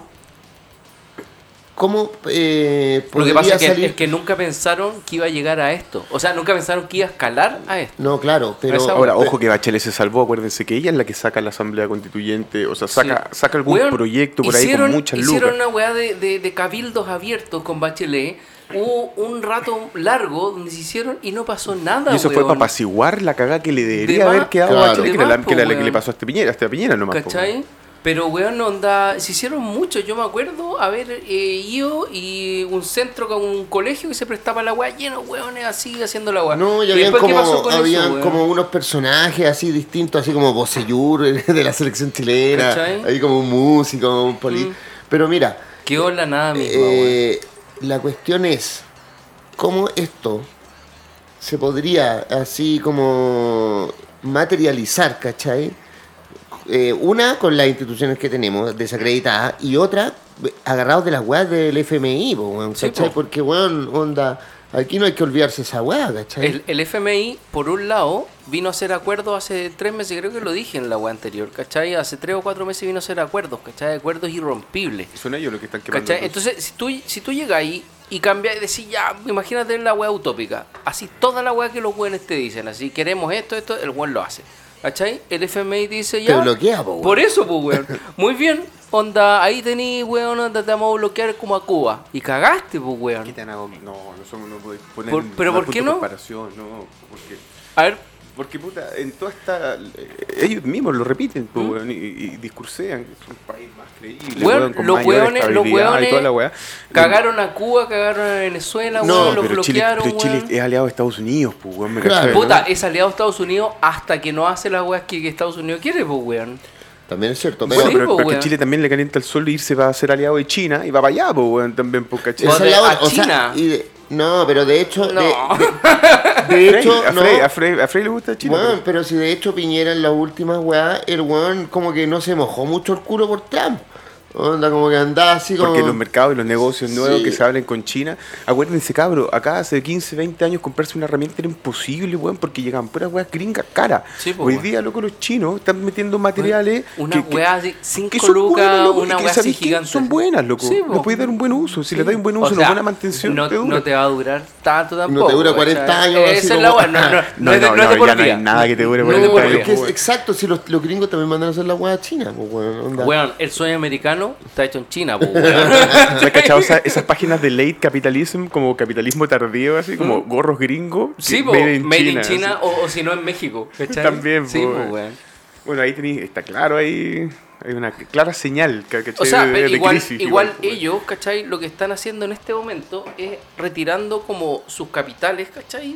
¿cómo Lo que podría pasa salir? es que nunca pensaron que iba a llegar a esto. O sea, nunca pensaron que iba a escalar a esto. No, claro, pero... Esa- Ahora, ojo que Bachelet se salvó, acuérdense que ella es la que saca la Asamblea Constituyente, o sea, saca algún Weón, proyecto por ahí con muchas hicieron lucas. una weá de cabildos abiertos con Bachelet. Hubo un rato largo donde se hicieron y no pasó nada, Y eso fue weón. para apaciguar la cagada que le debería De haber más, quedado a claro. Bachelet, De que era más, que era po, la que le weón. pasó a este Piñera nomás. po, ¿Cachai? weón. Pero, weón, onda, se hicieron mucho. Yo me acuerdo haber ido y un centro con un colegio que se prestaba la weá lleno, weones, así haciendo la weá. No, y después, ¿qué pasó con eso, habían weón? como unos personajes así distintos, así como Bocellur de la selección chilena, ¿Cachai? ahí como un músico, un Pero mira, Quedó en la nada misma, weón. la cuestión es, ¿cómo esto se podría así como materializar, ¿cachai? Una con las instituciones que tenemos desacreditadas y otra agarrados de las weas del FMI, po, weón, Sí, ¿cachai? po. Porque, weón, onda, aquí no hay que olvidarse esa wea, ¿cachai? El FMI, por un lado, vino a hacer acuerdos hace 3 meses, creo que lo dije en la web anterior, ¿cachai? Hace 3 o 4 meses vino a hacer acuerdos, ¿cachai? Acuerdos irrompibles, Son ellos los que están quemando. ¿cachai? Entonces, si tú llegas ahí y cambias y decís, ya, imagínate la web utópica, así toda la web que los buenos te dicen, así, queremos esto, el buen lo hace, ¿cachai? El FMI dice, Te ya, bloquea, po, weón. por eso, pues, weón, muy bien, onda, ahí tení, weón, onda, te vamos a bloquear como a Cuba, y cagaste, pues, weón. ¿Qué te han no podéis poner Pero una ¿por qué punto de no? comparación, no, porque A ver, Porque, puta, en toda esta... ellos mismos lo repiten, pues, weón, y discursean que es un país más creíble, Weón, weón, con los mayor weones estabilidad y toda la weá. cagaron a Cuba, cagaron a Venezuela, weón, los pero bloquearon, pero Chile weón. es aliado de Estados Unidos, pues, weón, me Claro. cachai, Puta, ¿no? es aliado de Estados Unidos hasta que no hace las weas que Estados Unidos quiere, pues, weón. También es cierto. Bueno, Sí, pero po, porque weón. Chile también le calienta el sol y irse va a ser aliado de China y va para allá, pues, weón, también, pues, ¿cachai? O esa de- es la a otra, o sea, China. no, pero de hecho... No. De hecho, a no. Frey le gusta China. Weón, pero si de hecho Piñera en las últimas weas, el weón como que no se mojó mucho el culo por Trump. Onda como que andaba así como... Porque los mercados y los negocios nuevos Sí. que se hablen con China, acuérdense, cabro, acá hace 15, 20 años comprarse una herramienta era imposible, weón, porque llegaban puras weas gringas caras. Sí, po, Hoy weón. día, loco, los chinos están metiendo materiales Una wea de que 5 son lucas, buenas, loco, una y que wea así sabéis que gigante. son buenas, loco. Sí, Le po. puedes dar un buen uso. Si Sí. le das un buen O uso, sea, una buena mantención, no, te dura. no te va a durar tanto tampoco. No te dura ¿cachai? 40 años, así Esa es la como- wea, no es de por ya no hay día. nada que te dure No es 40 de por Pero día. es que es weón. exacto, si los gringos también mandan a hacer la wea a China, pues weón. Onda. Weón, el sueño americano está hecho en China, pues, weón. ¿Se has cachado esas páginas de late capitalism, como capitalismo tardío, así como gorros gringos? Sí, que po, made in China así. o si no en México, ¿cachai? También, sí, po, po, weón. weón. Bueno, ahí está claro, ahí hay una clara señal, ¿cachai? O sea, pero de igual, crisis, igual pues, ellos, ¿cachai? Lo que están haciendo en este momento es retirando como sus capitales, ¿cachai?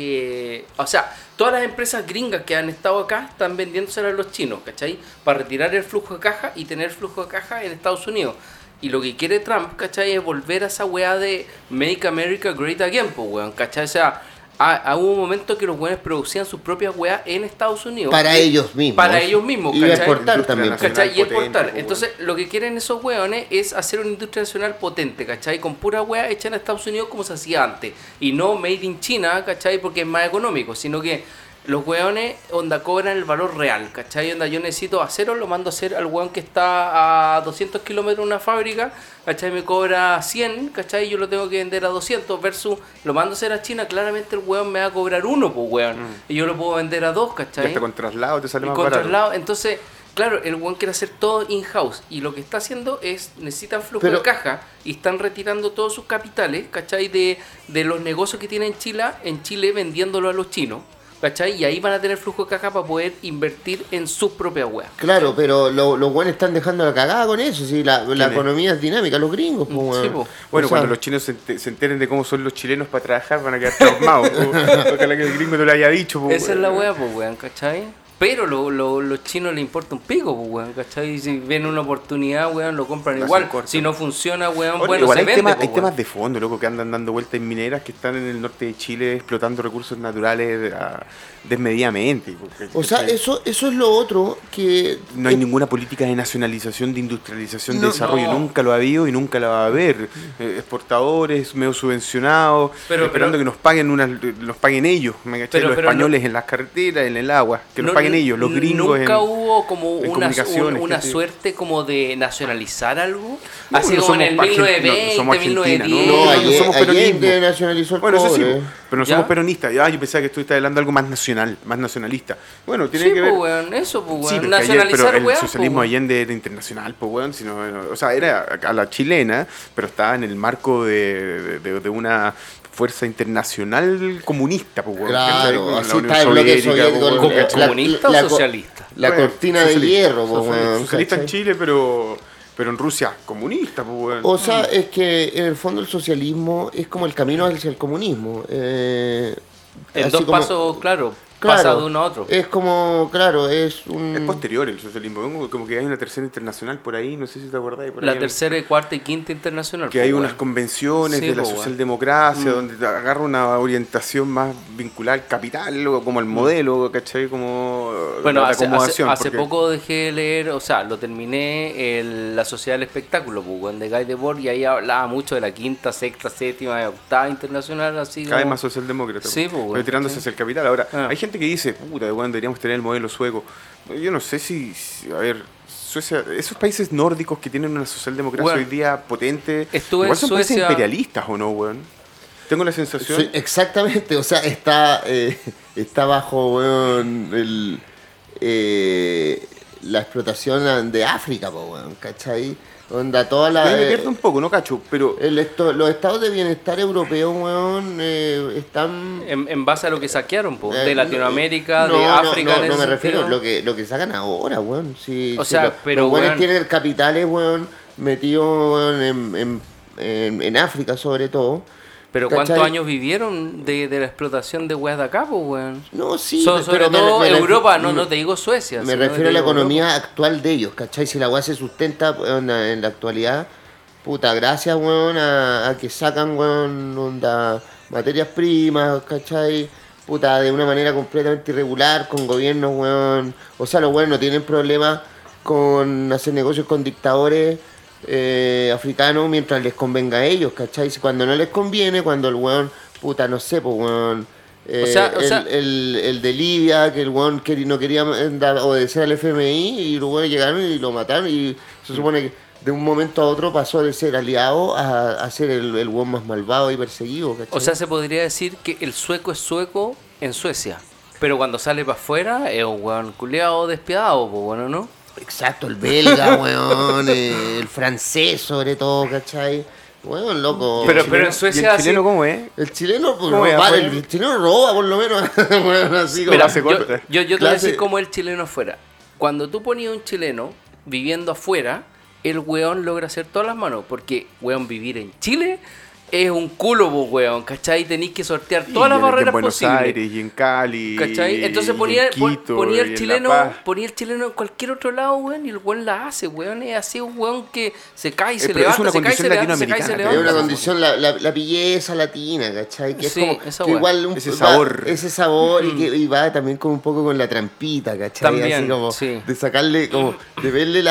O sea, todas las empresas gringas que han estado acá están vendiéndosela a los chinos, ¿cachai? Para retirar el flujo de caja y tener flujo de caja en Estados Unidos. Y lo que quiere Trump, ¿cachai? Es volver a esa weá de Make America Great Again, pues, weón, ¿cachai? O sea, hubo un momento que los weones producían sus propias weas en Estados Unidos. Para ellos mismos. Para ellos mismos, Y ¿cachai? exportar también. Industria ¿Cachai? Y potente, exportar. pues, Entonces, lo que quieren esos hueones es hacer una industria nacional potente, ¿cachai? Con pura hueá hecha en Estados Unidos como se hacía antes. Y no made in China, ¿cachai? Porque es más económico, sino que los hueones, onda, cobran el valor real, ¿cachai? Onda, yo necesito acero, lo mando a hacer al hueón que está a 200 kilómetros de una fábrica, ¿cachai? Me cobra 100, ¿cachai? Yo lo tengo que vender a 200 versus lo mando a hacer a China, claramente el hueón me va a cobrar 1, pues hueón. Y yo lo puedo vender a 2, Y ¿cachai? hasta con traslado te sale Y más con barato. traslado, entonces, claro, el one quiere hacer todo in-house y lo que está haciendo es, necesitan flujo Pero- de caja y están retirando todos sus capitales, ¿cachai? De los negocios que tienen en Chile vendiéndolo a los chinos, ¿cachai? Y ahí van a tener flujo de caja para poder invertir en sus propias weas. Claro, pero los buenos están dejando la cagada con eso. Sí, la ¿Quién es? economía es dinámica, los gringos. Pues, Sí, weón. po. Bueno, O sea, cuando los chinos se enteren de cómo son los chilenos para trabajar, van a quedar traumados. Ojalá que el gringo te lo haya dicho. po, Esa es la weón. wea, pues, weón, ¿cachai? Pero los chinos les importa un pico, pues, weón, ¿cachai? Si ven una oportunidad, weón, lo compran Lo igual. hacen corto. Si no funciona, weón, Ahora, bueno, igual se hay, vende, temas, pues, hay temas weón. de fondo, loco, que andan dando vueltas en mineras que están en el norte de Chile explotando recursos naturales desmedidamente. O sea, ¿cachai? eso es lo otro que... No hay ninguna política de nacionalización, de industrialización, No, de desarrollo. no. Nunca lo ha habido y nunca lo va a haber. Exportadores, medio subvencionados, Pero- esperando que nos paguen ellos. ¿Me cachai? Pero- los pero españoles en las carreteras, en el agua, que nos No, paguen ellos, los gringos Nunca en... hubo como en una comunicaciones, suerte como de nacionalizar algo. No, Así no como en somos el 1920, somos Argentina, 1910. ¿no? No, no somos Allende peronismo. nacionalizó el Bueno, eso sí, cobre. pero no ¿Ya? somos peronistas. Yo pensaba que tú estabas hablando de algo más nacional, más nacionalista. Bueno, tiene Sí, que pues, ver... weón, eso, pues, Sí, weón. pero, Nacionalizar, el weón, socialismo pues, Allende era internacional, pues, weón. O sea, era a la chilena, pero estaba en el marco de una fuerza internacional comunista, pues, weón. ¿cachai? Claro, Con la así Unión está el bloque Soviética, soviético. pues, ¿Como weón, ¿cachai? comunista o socialista? La Bueno, cortina de socialista, hierro, pues, weón, socialista en ¿cachai? Chile, pero en Rusia comunista, pues, weón. O sea, es que en el fondo el socialismo es como el camino hacia el comunismo. En así dos como- pasos, claro, Claro, pasa de uno a otro. Es como, claro, es un... Es posterior el socialismo, como que hay una tercera internacional por ahí, no sé si te acordás. Por La ahí, tercera, cuarta y quinta internacional. que pues, hay weón. unas convenciones Sí, de la po, weón. socialdemocracia donde te agarra una orientación más vinculada al capital, o como el modelo, ¿cachai? Como Bueno, la hace acomodación. hace porque- poco dejé de leer, o sea, lo terminé La Sociedad del Espectáculo, pues, weón, de Guy Debord, y ahí hablaba mucho de la quinta, sexta, séptima y octava internacional, así Cada vez como- más socialdemócrata. Sí, po, weón, pero tirándose sí. hacia el capital. Ahora, Ah. hay gente que dice, puta, weón, deberíamos tener el modelo sueco. Yo no sé si a ver, Suecia, esos países nórdicos que tienen una socialdemocracia Bueno, hoy día potente, estuve igual en son países Suecia- imperialistas, ¿o no, weón? Tengo la sensación... Sí, exactamente, o sea, está bajo, weón, la explotación de África, po, weón, ¿cachai? Onda, toda Ahí la... me pierdo un poco, no cacho, pero los estados de bienestar europeos, weón, están... En base a lo que saquearon, po, de Eh, Latinoamérica, no, de no, África. no, en no ese me refiero sentido. a lo que sacan ahora, weón. Sí, O sí, sea, pero, los weones weón- tienen capitales, weón, metidos, weón, en África sobre todo. Pero ¿cuántos ¿cachai? años vivieron de la explotación de weas de acá, pues, weón? No, sí, Sobre pero todo me Europa, me- no te digo Suecia. Me sino refiero te a la digo economía Europa. actual de ellos, ¿cachai? Si la weá se sustenta en la actualidad, puta, gracias, weón, a que sacan, weón, onda, materias primas, ¿cachai? Puta, de una manera completamente irregular, con gobiernos, weón. O sea, los weones no tienen problemas con hacer negocios con dictadores africanos mientras les convenga a ellos, ¿cachai? Si cuando no les conviene, cuando el weón, puta, no sé, pues, weón. O sea- El de Libia, que el weón no quería obedecer al FMI y los weones llegaron y lo mataron y se supone que de un momento a otro pasó de ser aliado a ser el weón más malvado y perseguido, ¿cachai? O sea, se podría decir que el sueco es sueco en Suecia. Pero cuando sale para afuera es un weón culeado despiadado, pues bueno, ¿no? Exacto, el belga, weón, el francés sobre todo, ¿cachai? Weón, loco. Pero en ¿y el Suecia chileno así- cómo es? El chileno, pues, ¿Cómo es roba, afuera? el chileno roba por lo menos, weón, así como... Mira, hace corte. yo te voy a Clase- decir cómo es el chileno afuera. Cuando tú ponías un chileno viviendo afuera, el weón logra hacer todas las manos. Porque, weón, vivir en Chile es un culo, pues, weón, ¿cachai? Tenéis que sortear todas las Y barreras en Buenos posibles. Aires y en Cali. ¿Cachai? Entonces y ponía, en Quito, ponía y el en chileno, La Paz. ponía el chileno en cualquier otro lado, weón, y el weón la hace, weón. Es así un weón que se cae y se pero es levanta, una se cae y se condición levanta, se cae y se latinoamericana, Es levanta. una condición, la belleza latina, ¿cachai? Que Sí, es como esa que weá. igual Ese sabor. ese sabor y va también como un poco con la trampita, ¿cachai? También, así como sí. de sacarle, como de verle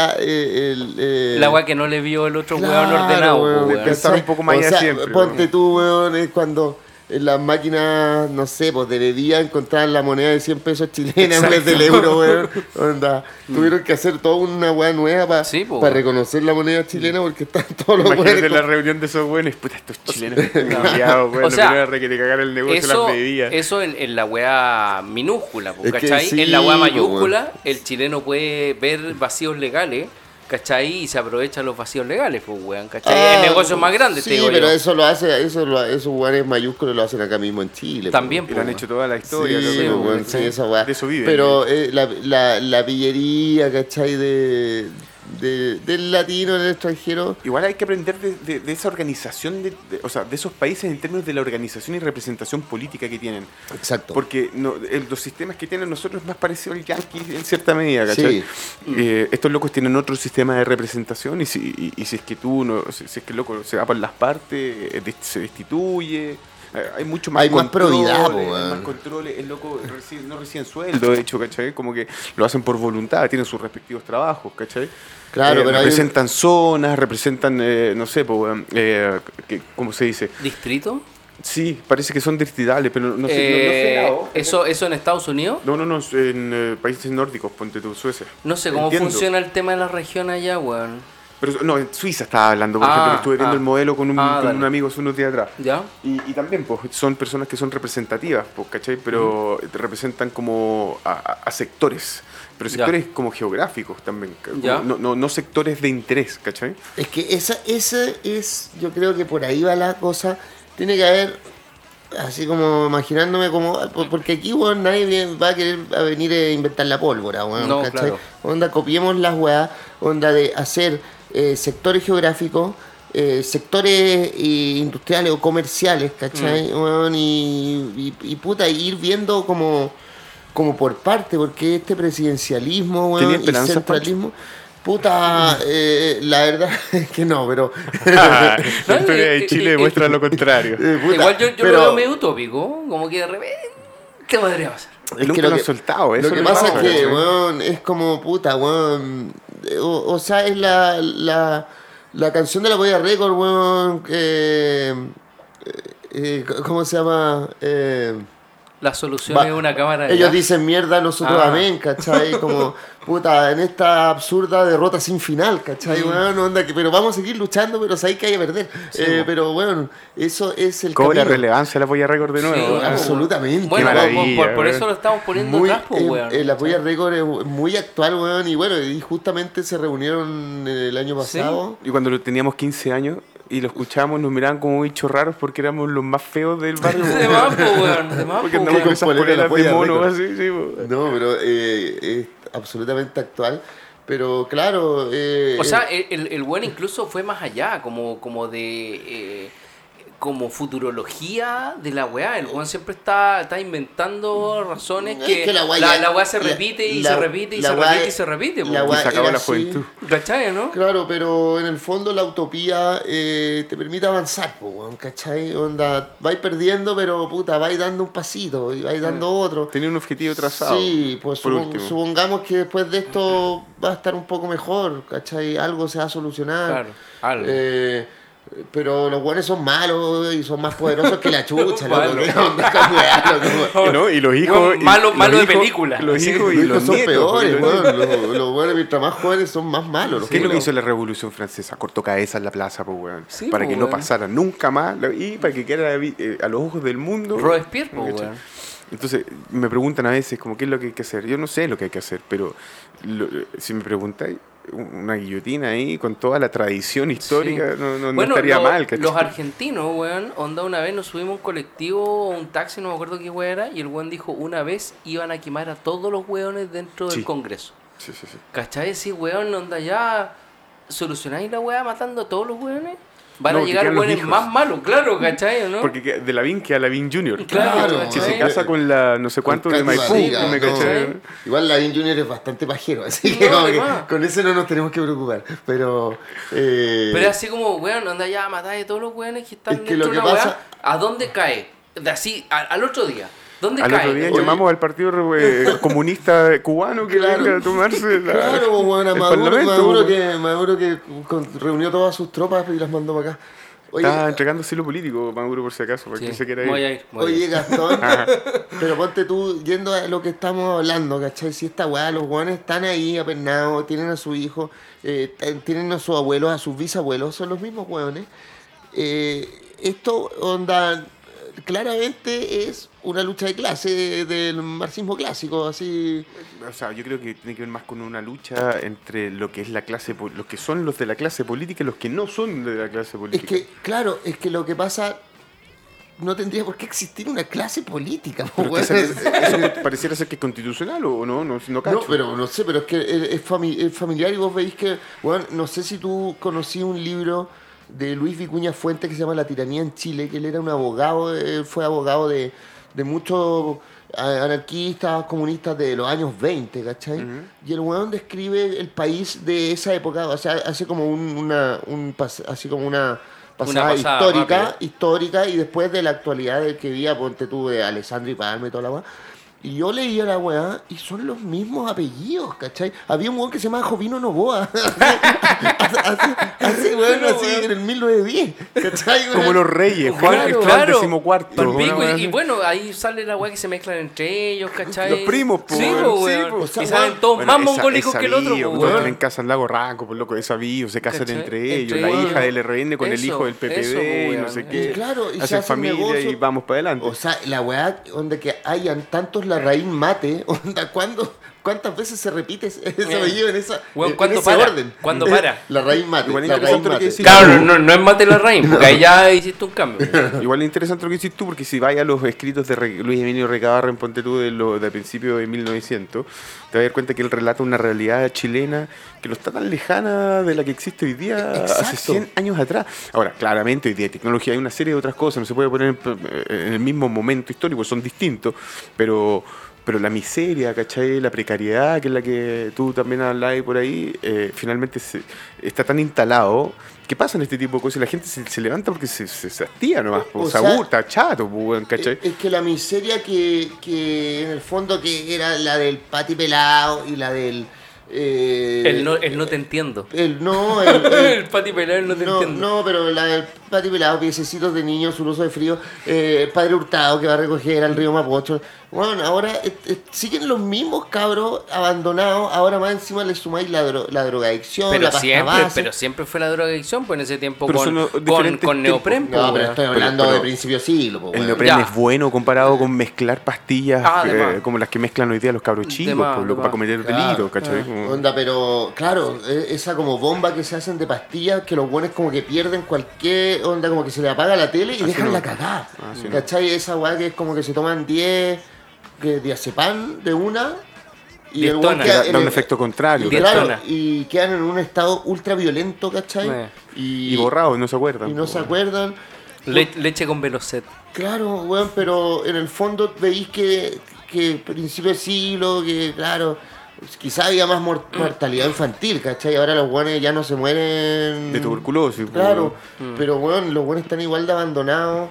La weá que no le vio el otro weón Claro, ordenado, weón, pues, weón. Pensar un poco más O allá sea, siempre, ponte weón. tú, weón, es cuando en las máquinas, no sé, pues de bebida encontraban la moneda de 100 pesos chilena en vez del euro, weón. Onda, tuvieron que hacer toda una weá nueva para Sí, po, weón. reconocer la moneda chilena porque están todos los Imagínate weones la con- reunión de esos buenos, puta, estos chilenos culiados, weón, O sea, lo que te cagar el negocio Eso, las bebidas. eso en la weá minúscula, po, Es que ¿cachai? sí, en la weá po, mayúscula, el chileno puede ver vacíos legales, ¿cachai? Y se aprovecha los vacíos legales, pues, weón, ¿cachai? Ah, el negocio es más grande, sí, te digo pero yo. esos weones mayúsculos lo hacen acá mismo en Chile. También, Y lo han po, hecho toda la historia, Sí, loco, sí, weón. weón, sí, esa weá. De eso viven. Pero la pillería, ¿cachai? Del latino en el extranjero. Igual hay que aprender de esa organización, o sea, de esos países en términos de la organización y representación política que tienen. Exacto. Porque los sistemas que tienen nosotros es más parecido al yankee en cierta medida, ¿cachai? Estos locos tienen otro sistema de representación y si es que si es que el loco se va por las partes, se destituye. Hay mucho más Hay más probidad, po, hay weón. más controles, el loco no reciben sueldo, de hecho, ¿cachai? Como que lo hacen por voluntad, tienen sus respectivos trabajos, ¿cachai? Claro, pero hay representan zonas, representan, no sé, po, weón, ¿cómo se dice? ¿Distrito? Sí, parece que son distritales, pero no sé. ¿Eso en Estados Unidos? No, en países nórdicos, ponte tú, Suecia. No sé cómo Entiendo. funciona el tema de la región allá, weón. Pero no, en Suiza estaba hablando, por ejemplo, que estuve viendo el modelo con un dale. amigo hace unos días atrás. ¿Ya? Y también, pues, son personas que son representativas, pues, ¿cachai? Pero te representan como a sectores, pero Ya. sectores como geográficos también, como Ya. no sectores de interés, ¿cachai? Es que esa es, yo creo que por ahí va la cosa. Tiene que haber, así como imaginándome como, porque aquí, weón, nadie va a querer a venir a inventar la pólvora, weón, No, ¿cachai? claro. Onda, copiemos las weas, onda de hacer sectores geográficos, sectores industriales o comerciales, ¿cachai? Weón, y puta, ir viendo como por parte, porque este presidencialismo, ¿Tenía weón, y esperanza, centralismo, puta, la verdad es que no, pero... La historia de Chile demuestra lo contrario. puta, Igual yo pero lo veo medio utópico, como que de repente podría pasar. es Nunca que lo han soltado, eso lo que es lo pasa que es pasa, que, ¿cachai? weón, es como puta, weón. O sea, es la canción de la Polla Record, weón. ¿Cómo se llama? La solución es una cámara de ellos gas. dicen mierda, nosotros amén, ¿cachai? Como, puta, en esta absurda derrota sin final, ¿cachai? Bueno, onda, pero vamos a seguir luchando, pero sabéis que hay que perder. Sí, pero bueno, eso es el Cobra camino. relevancia la Polla Record de nuevo. Sí, weón. absolutamente. Bueno, Qué maravilla, por eso weón. lo estamos poniendo Muy, atrás, pues, weón. la Polla Record es muy actual, weón, y bueno, y justamente se reunieron el año pasado. Y cuando teníamos 15 años y lo escuchábamos, nos miraban como bichos raros porque éramos los más feos del barrio. De más, pues, weón. De más, Porque pues, andamos weón. con esas polera de la poleras de Polla mono Record. así, sí, weón. No, pero es absolutamente actual. Pero claro... O sea, el weón incluso fue más allá, como de... como futurología de la weá. El weón siempre está inventando razones Es que, que la weá se repite y se repite y se repite y se repite. la po. Y weá se acabó era la así. juventud. ¿Cachai, no? Claro, pero en el fondo la utopía te permite avanzar, po, weón, ¿cachai? Onda, vais perdiendo, pero puta, vais dando un pasito y vais dando otro. Tenía un objetivo trazado. Sí, pues por último. supongamos que después de esto va a estar un poco mejor, ¿cachai? Algo se va a solucionar. Claro, algo. Pero los buenos son malos y son más poderosos que la chucha, loco. Malo. ¿Qué onda con weá, loco? ¿No? Y los hijos. Weón, y malo los de hijos- película. Los Sí. hijos y Los los hijos son nietos, peores, y los weón. nietos. Los buenos, mientras más jóvenes, son más malos. los ¿Qué es lo que culiados. hizo la Revolución Francesa? Cortó cabezas en la plaza, pues, weón. Sí, para po, que no weón. pasara nunca más y para que quedara a los ojos del mundo. Robespierre, po, ¿Cachai? weón. Entonces, me preguntan a veces, como, ¿qué es lo que hay que hacer? Yo no sé lo que hay que hacer, pero si me preguntáis, una guillotina ahí con toda la tradición histórica, Sí. no Bueno, estaría mal. ¿cachai? los argentinos, weón, onda una vez nos subimos a un colectivo o un taxi, no me acuerdo qué weón era, y el weón dijo una vez iban a quemar a todos los weones dentro del Sí. Congreso. Sí, sí, sí. ¿Cachai? Sí, weón, onda ya solucionáis la weá matando a todos los weones. Van No, a que llegar quedan los weones hijos. más malos, claro, ¿cachai? ¿O no? Porque de Lavín queda Lavín Jr. Claro, Si se ¿cachai? casa con la no sé cuánto de Con Maipú, Katy Barriga, ¿me no. cachai? Igual Lavín Jr. es bastante pajero, así No, que, como además. que con ese no nos tenemos que preocupar. Pero. Pero es así como, weón, onda ya matáis a todos los weones que están Es que dentro lo de que una pasa- weá. ¿A dónde cae? De así, al otro día. ¿Dónde Al cae? otro día Oye, llamamos al partido comunista cubano que Claro. venga a tomarse Claro, bueno, el Maduro, parlamento. Maduro que reunió todas sus tropas y las mandó para acá. Oye, Está entregando asilo político, Maduro, por si acaso, porque sí, se quiere voy ir. a ir. voy a ir. oye, Gastón, pero ponte tú, yendo a lo que estamos hablando, ¿cachai? Si esta weá, los guanes están ahí apernados, tienen a su hijo, tienen a sus abuelos, a sus bisabuelos, son los mismos weones. Esto, onda, claramente es una lucha de clase del marxismo clásico, así. O sea, yo creo que tiene que ver más con una lucha entre lo que es la clase, los que son los de la clase política y los que no son de la clase Es política. que, claro, es que lo que pasa, no tendría por qué existir una clase política, po, Pero es que weón. eso pareciera ser que es constitucional o no cacho. No, pero no sé, pero es que es familiar y vos veis que, bueno, no sé si tú conocí un libro de Luis Vicuña Fuentes que se llama La tiranía en Chile, que él era un abogado, fue abogado de muchos anarquistas, comunistas de los años 20, ¿cachai? Y el weón describe el país de esa época, o sea, hace como así como una pasada pasada histórica y después de la actualidad del que vía, ponte tú, de Alessandro y Palma y toda la weá. Y yo leía la weá y son los mismos apellidos, ¿cachai? Había un weón que se llamaba Jovino Novoa. hace weón, así en el 1910, ¿cachai? weón? Como los reyes, Juan Claro, el Juan claro. decimocuarto. Palpico, una wea y así. bueno, ahí sale la weá que se mezclan entre ellos, ¿cachai? Los primos, po, Sí, weón. po, Sí, weón. po. O sea, Y salen weón, todos Bueno, más esa- mongólicos esa que el otro, bio, po, todos weón. tienen casa en Lago Ranco, por loco, esa bio, se casan ¿Cachai? entre ellos, Entre la ellos. hija del RN con el Eso, hijo del PPD eso, y no weón. sé Y qué. claro, y se hacen hacen familia negocio. y vamos para adelante. O sea, la weá, donde que hayan tantos la raíz mate, onda, ¿cuántas veces se repite ese apellido en esa Weón, en ¿cuándo ese para? orden? ¿Cuándo para? La raíz mate, Igual la interesante raíz lo que mate. decís. Claro, no es mate la raíz, porque ahí ya hiciste un cambio. Igual es interesante lo que dices tú, porque si vayas a los escritos de Luis Emilio Recabarren, ponte tú, de principio de 1900, te vas a dar cuenta que él relata una realidad chilena que no está tan lejana de la que existe hoy día, hace Exacto. 100 años atrás. Ahora, claramente hoy día hay tecnología, hay una serie de otras cosas, no se puede poner en el mismo momento histórico, son distintos, pero la miseria, ¿cachai? La precariedad, que es la que tú también hablabas por ahí, finalmente está tan instalado que pasan este tipo de cosas y la gente se levanta porque se hastía nomás, O se sea, aburta, chato, pues, weón, ¿cachai? Es que la miseria que en el fondo que era la del Pati Pelado y la del... El no te entiendo. el El Pati Pelado, el no te no, entiendo. no, pero la del Pati Pelado, piececitos de niños, su uso de frío, Padre Hurtado que va a recoger al río Mapocho. Bueno, ahora siguen los mismos cabros abandonados, ahora más encima le sumáis la drogadicción, la pasta base. Pero siempre fue la drogadicción, pues en ese tiempo Pero son diferentes con neopren. tiempos. No, pero estoy hablando pero de principio de siglo. Po, el weón. neopren Ya. es bueno comparado con mezclar pastillas como las que mezclan hoy día los cabros chicos más, para cometer delitos, ¿cachai? Como- Onda, pero claro, esa como bomba que se hacen de pastillas, que los buenos como que pierden cualquier onda, como que se le apaga la tele y dejan no. la cagada. Así no. ¿Cachai? Esa weá que es como que se toman 10 diazepam de una y el weón Diestona. queda Da en un el- efecto contrario. y Diestona. claro, y quedan en un estado ultra violento, ¿cachai? Y borrados, no se acuerdan. y no po, se weón. acuerdan. Leche con Velocet. Claro, weón, pero en el fondo veis que principio de siglo, que claro, quizá había más mortalidad infantil, ¿cachai? Ahora los weones ya no se mueren De tuberculosis. po, Claro, weón. pero weón, los weones están igual de abandonados.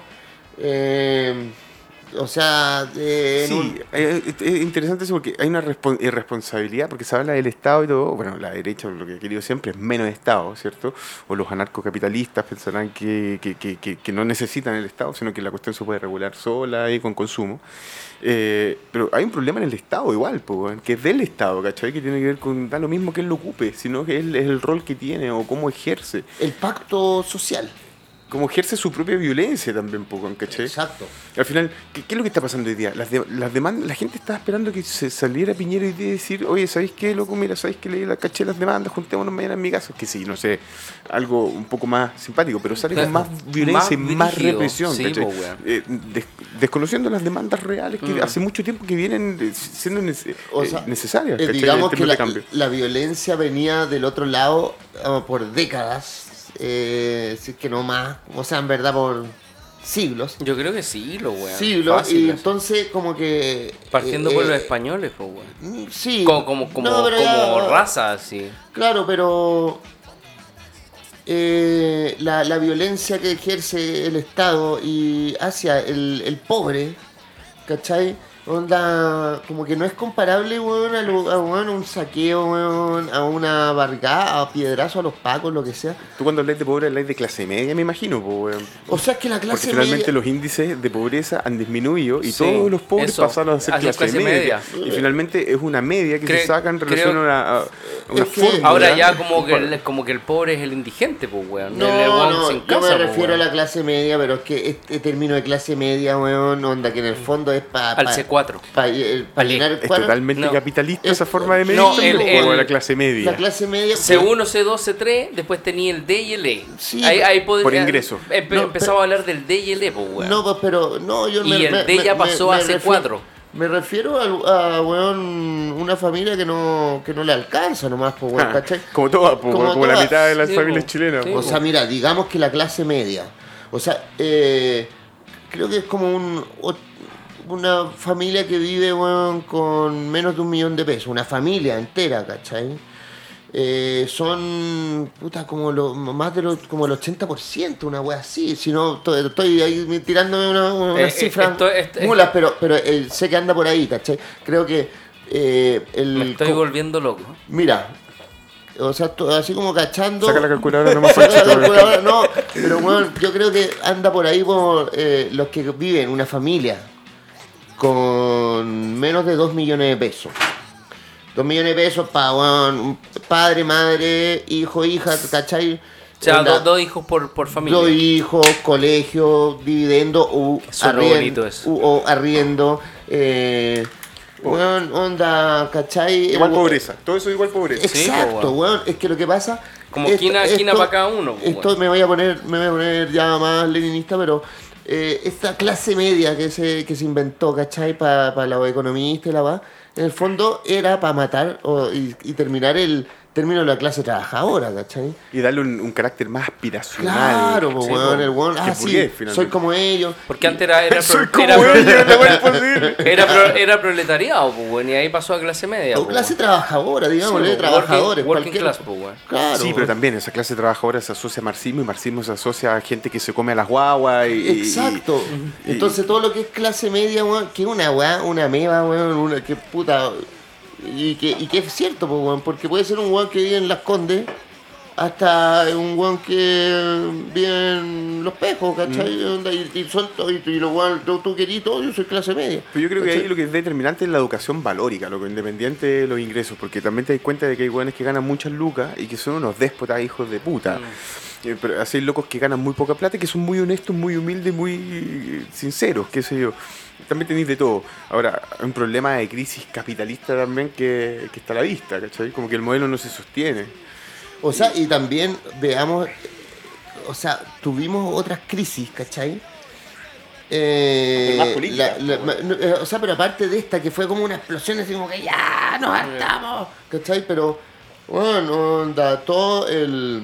O sea, Sí, es interesante eso porque hay una irresponsabilidad, porque se habla del Estado y todo. Bueno, la derecha, lo que ha querido siempre es menos Estado, ¿cierto? O los anarcocapitalistas pensarán que no necesitan el Estado, sino que la cuestión se puede regular sola y con consumo. Pero hay un problema en el Estado igual, que es del Estado, ¿cachai? Que tiene que ver con, da lo mismo que él lo ocupe, sino que él es el rol que tiene o cómo ejerce. el pacto social. Cómo ejerce su propia violencia también, ¿cachai? Exacto. Al final, ¿qué es lo que está pasando hoy día? Las demandas, la gente estaba esperando que se saliera Piñera y decir, oye, ¿sabéis qué, loco? Mira, ¿sabéis que le caché las demandas? Juntémonos mañana en mi casa. Que sí, no sé, algo un poco más simpático, pero sale con más violencia y más brígido. represión, Sí, ¿cachai? po, weón. Desconociendo las demandas reales que hace mucho tiempo que vienen siendo O sea, necesarias, ¿cachai? digamos En que términos de cambio. la violencia venía del otro lado por décadas, si es que no más, o sea, en verdad por siglos. Yo creo que sí, lo weón. Siglos, Fácil, y así. entonces como que... Partiendo por los españoles, pues, weón. Sí. Como No, pero ya- raza, así. Claro, pero la violencia que ejerce el Estado y hacia el pobre, ¿cachai? Onda, como que no es comparable, weón, a un saqueo, weón, a una bargada, a piedrazo a los pacos, lo que sea. Tú cuando hablas de pobre hablas de clase media, me imagino, weón. O sea, es que la Porque clase finalmente media... los índices de pobreza han disminuido y Sí, todos los pobres eso, pasaron a ser a ser clase clase media. media. Y finalmente es una media que se saca en relación creo- a una es que- fórmula. Ahora ya como que el pobre es el indigente, pues, weón. el weón No, sin yo casa, me pues, refiero a weón. la clase media, pero es que este término de clase media, weón, onda, que en el fondo es para... Al C4. Para llenar el Es cuadro. totalmente No. capitalista Es- esa forma de medir no, o la clase media. La clase media... C1, C2, C3, después tenía el D y el E. Sí, ahí podría- por ingreso. No, empezaba a hablar del D y el E, pues, weón. No, pues, pero no, yo Y el D ya pasó a C4. Me refiero a weón, una familia que no le alcanza nomás, pues, weón, ¿cachai? Como todas, po, Como como la todas. mitad de las Sí, familias po. chilenas. Sí, po. O sea, mira, digamos que la clase media, o sea, creo que es como una familia que vive, weón, con menos de 1 millón de pesos, una familia entera, ¿cachai? Son puta como más de como el 80%, una wea así. Si no, estoy ahí tirándome una cifra mulas, pero sé que anda por ahí, ¿cachai? Creo que Me estoy volviendo loco. mira, o sea, así como cachando. Saca la calculadora nomás. Saca la Panchito, calculadora, no, pero bueno, yo creo que anda por ahí por los que viven una familia con menos de 2 millones de pesos. 2 millones de pesos para padre, madre, hijo, hija, ¿cachai? O sea, Onda, dos hijos por familia. 2 hijos, colegio, dividendo o Suena bonito eso. o arriendo. Onda, ¿cachai? Igual pobreza. Todo eso igual pobreza. Sí, Exacto, po, weón. Es que lo que pasa. Como esquina para cada uno, po, Esto weón. me voy a poner ya más leninista, pero esta clase media que se inventó, ¿cachai? Para los economistas y la va, en el fondo era para matar y terminar el término de la clase trabajadora, ¿cachai? Y darle un carácter más aspiracional. Claro, pues, Sí, weón, po. el weón, Que sí, burgués, finalmente. soy como ellos. Porque antes era Soy como ellos, no es posible. era proletariado, pues, weón, y ahí pasó a clase media. O pues, clase weón. trabajadora, digámosle, Sí, trabajadores. working cualquier- class, pues, weón. Claro. Sí, pero también esa clase trabajadora se asocia a marxismo y marxismo se asocia a gente que se come a las guaguas. Exacto. y- Entonces todo lo que es clase media, weón, que una weá, una meba, weón, una que puta. Y que es cierto, pues, weón, porque puede ser un weón que vive en Las Condes hasta un weón que vive en Los Pejos, ¿cachai? Onda, y suelto, y lo weón, tú querís todo, yo soy clase media. Pero yo creo que ¿cachai? ahí lo que es determinante es la educación valórica, lo que independiente de los ingresos, porque también te das cuenta de que hay weones que ganan muchas lucas y que son unos déspotas hijos de puta. Pero así hay locos que ganan muy poca plata y que son muy honestos, muy humildes, muy sinceros, qué sé yo. También tenéis de todo. Ahora, hay un problema de crisis capitalista también que está a la vista, ¿cachai? Como que el modelo no se sostiene. O sea, y también veamos, o sea, tuvimos otras crisis, ¿cachai? Más política, o sea, pero aparte de esta, que fue como una explosión, así como que ya nos hartamos, ¿cachai? Pero, bueno, onda, todo el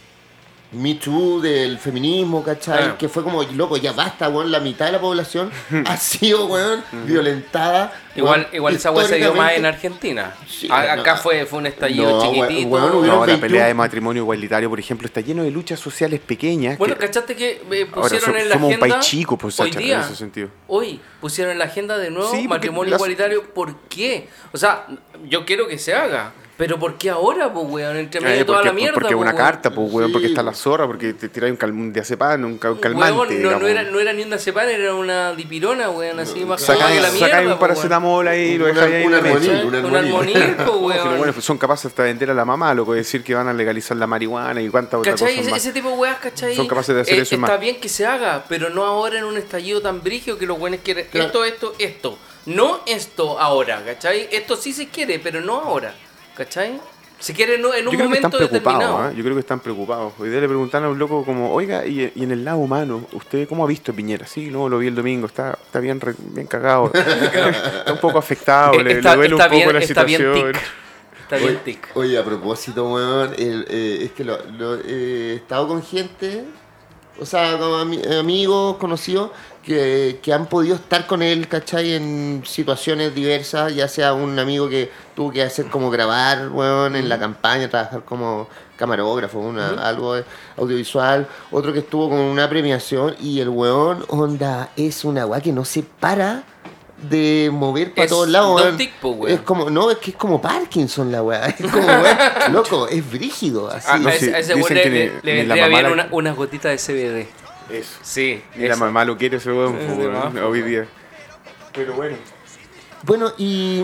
Me Too del feminismo, ¿cachai? Que fue como, loco, ya basta, weón, la mitad de la población ha sido, weón, violentada. Igual esa weá se dio más en históricamente. Argentina. Sí, Acá no. fue un estallido chiquitito. weón, No, hubieron la 21. pelea de matrimonio igualitario, por ejemplo, está lleno de luchas sociales pequeñas. Bueno, que- ¿cachaste que Ahora, pusieron en la somos un agenda? país chico, pues, hoy Sacha, en día, ese sentido. hoy pusieron en la agenda de nuevo Sí, porque matrimonio las- igualitario. ¿Por qué? O sea, yo quiero que se haga. Pero ¿por qué ahora, pues, weón? Entre medio de toda la mierda, porque una weón. carta, pues, weón, Sí. porque está la zorra, porque te tiráis un diazepam, un calmante. Weón, digamos. no era ni un diazepam, era una dipirona, weón, así más Sacáis que la mierda. sacáis un pues, weón. paracetamol ahí y lo dejáis ahí en un la armonil, mesa. un Un armonil, pues, Si los weón. buenos son capaces hasta de vender a la mamá, lo que decir que van a legalizar la marihuana y cuántas otras ¿Cachai? cosas más. Ese tipo de weas, ¿cachai? Son capaces de hacer eso y Está más. bien que se haga, pero no ahora en un estallido tan brígido que los buenos quieren Claro. esto. No esto ahora, ¿cachai? Esto sí se quiere, pero no ahora, ¿cachai? Se quiere en un Yo creo que están momento preocupados, determinado. yo creo que están preocupados. Hoy día le preguntaron a un loco como, oiga, y en el lado humano, ¿usted cómo ha visto Piñera? Sí, no, lo vi el domingo, está bien, bien cagado, está un poco afectado, le duele un poco la está bien situación. tic. Está bien tic. Oye, a propósito, weón, es que he estado con gente, o sea, con amigos, conocidos, que han podido estar con él, ¿cachai? En situaciones diversas, ya sea un amigo que tuvo que hacer como grabar, weón, en la campaña, trabajar como camarógrafo, algo audiovisual, otro que estuvo con una premiación y el weón, onda, es una weá que no se para de mover para Es todos lados, dos weón. tic, po, weón. Es como, no, es que es como Parkinson la weá. Es como, weón, loco, es brígido, así. A no, sí, ese dicen weón que le ni la vendría mamá bien la- unas gotitas de CBD. Eso. Sí, Y la eso. mamá lo quiere ese weón, Es pues, de weón, más, hoy día. Pero bueno. Bueno, y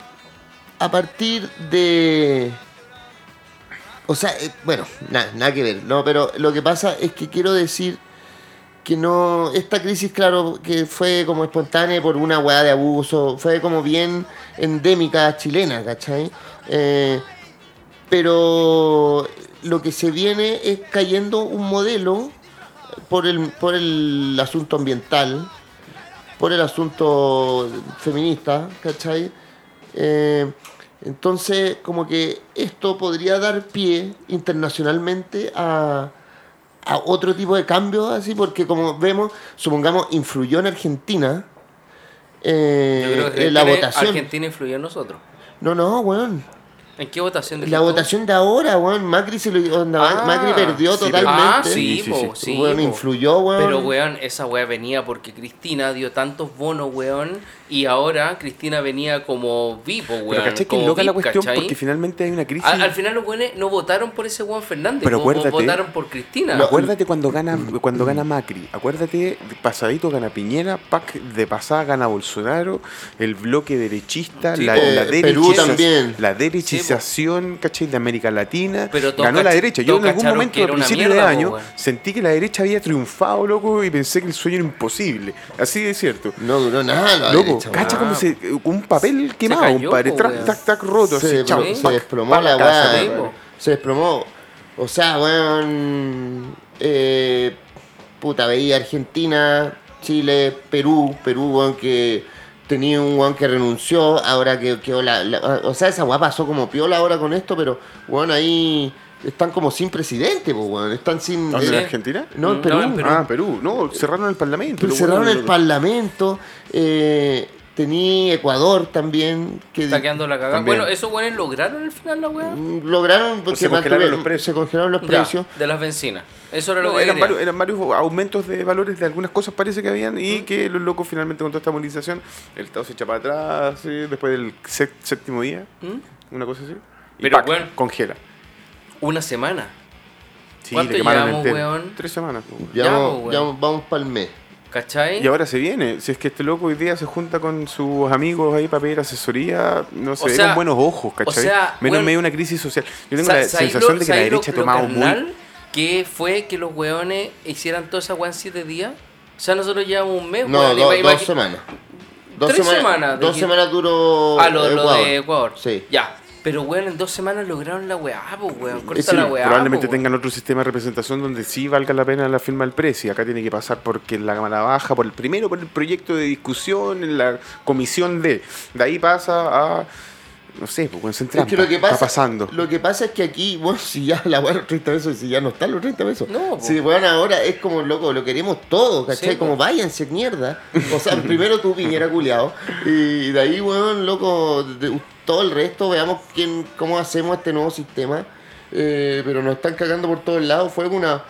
a partir de... O sea, bueno, nada que ver, ¿no? Pero lo que pasa es que quiero decir que no... Esta crisis, claro, que fue como espontánea por una weá de abuso, fue como bien endémica chilena, ¿cachai? Pero lo que se viene es cayendo un modelo por el asunto ambiental, por el asunto feminista, ¿cachai? Entonces, como que esto podría dar pie internacionalmente a otro tipo de cambios, así, porque como vemos, supongamos, influyó en Argentina Yo creo que en la Argentina- votación. Argentina influyó en nosotros. No, weón. ¿En qué votación? La dijiste tú? votación de ahora, weón. Macri Macri perdió sí, totalmente. Ah, Sí, sí, po, sí, Weón, po. influyó, weón. Pero, weón, esa weá venía porque Cristina dio tantos bonos, weón, y ahora Cristina venía como vivo, weón. Pero ¿cachai que como loca la VIP, cuestión? ¿cachai? Porque finalmente hay una crisis. Al final los weones no votaron por ese weón Fernández, Pero como acuérdate- votaron por Cristina. No, Acuérdate cuando gana Macri, acuérdate, de pasadito gana Piñera, de pasada gana Bolsonaro, el bloque derechista, Sí, la Perú también. la derechización, ¿cachai? De América Latina, Pero todos ganó la cach- derecha. Yo todos en algún cacharon momento, que a era una principios mierda, de po, año, weón. sentí que la derecha había triunfado, loco, y pensé que el sueño era imposible. Así de cierto. No duró nada la Loco, derecha, cacha weón. como un papel quemado, cayó, compadre, po, trac, weón. tac, tac, roto, así, se, chao, se pac, desplomó pa' la casa, weá. sí, weón. po. Se desplomó. O sea, weón. Puta, veía Argentina, Chile, Perú, weón, que tenía un weón que renunció, ahora que quedó o sea, esa weá pasó como piola ahora con esto, pero weón, ahí están como sin presidente, pues weón. Están sin. ¿Dónde, en eh, Argentina? No, en No, Perú. en Perú. Ah, Perú. No, cerraron el parlamento. Pero lo cerraron bueno, el loco. parlamento. Tenía Ecuador también. Que Está quedando la cagada. También. Bueno, esos weones lograron al final la weá. lograron porque Se congelaron mantuvieron- los precios. se congelaron los Ya, precios. de las bencinas. Eso era lo No, que eran, quería. varios aumentos de valores de algunas cosas parece que habían y que los locos finalmente con toda esta movilización el Estado se echa para atrás después del séptimo día, ¿Mm? una cosa así. Y Pero, ¡pac! bueno. Congela. Una semana. Sí, ¿Cuánto le quemaron llevamos, entero. weón? 3 semanas. Weón. Ya, pues, Ya weón. vamos para el mes. ¿Cachai? Y ahora se viene. Si es que este loco hoy día se junta con sus amigos ahí para pedir asesoría, no se O ve sea, con buenos ojos, ¿cachai? o sea, Menos weón, en medio de una crisis social. Yo tengo Sa- la ¿sabes sensación lo- de que la sabes lo- derecha ha lo tomado muy... carnal que fue que los weones hicieran toda esa weá en 7 días? O sea, nosotros llevamos un mes, No, weón. 2 semanas. 3 semanas. 2 semanas duró. Lo de Ecuador. Sí. Ya. Pero, weón, en 2 semanas lograron la weá, pues, weón. Corta Sí, la weá. probablemente po, weón. tengan otro sistema de representación donde sí valga la pena la firma del precio. Acá tiene que pasar porque en la Cámara Baja, por el proyecto de discusión, en la comisión de ahí pasa a, no sé, pues se Es que lo que pasa, está pasando. Lo que pasa es que aquí, bueno, si ya la weá los 30 pesos, si ya no están los 30 pesos. No, po. Si weón ahora es como loco, lo queremos todo, ¿cachai? Sí, como po. váyanse mierda. O sea, primero tú, Piñera culiao. Y de ahí, weón, loco, todo el resto, veamos cómo hacemos este nuevo sistema. Pero nos están cagando por todos lados. Fue una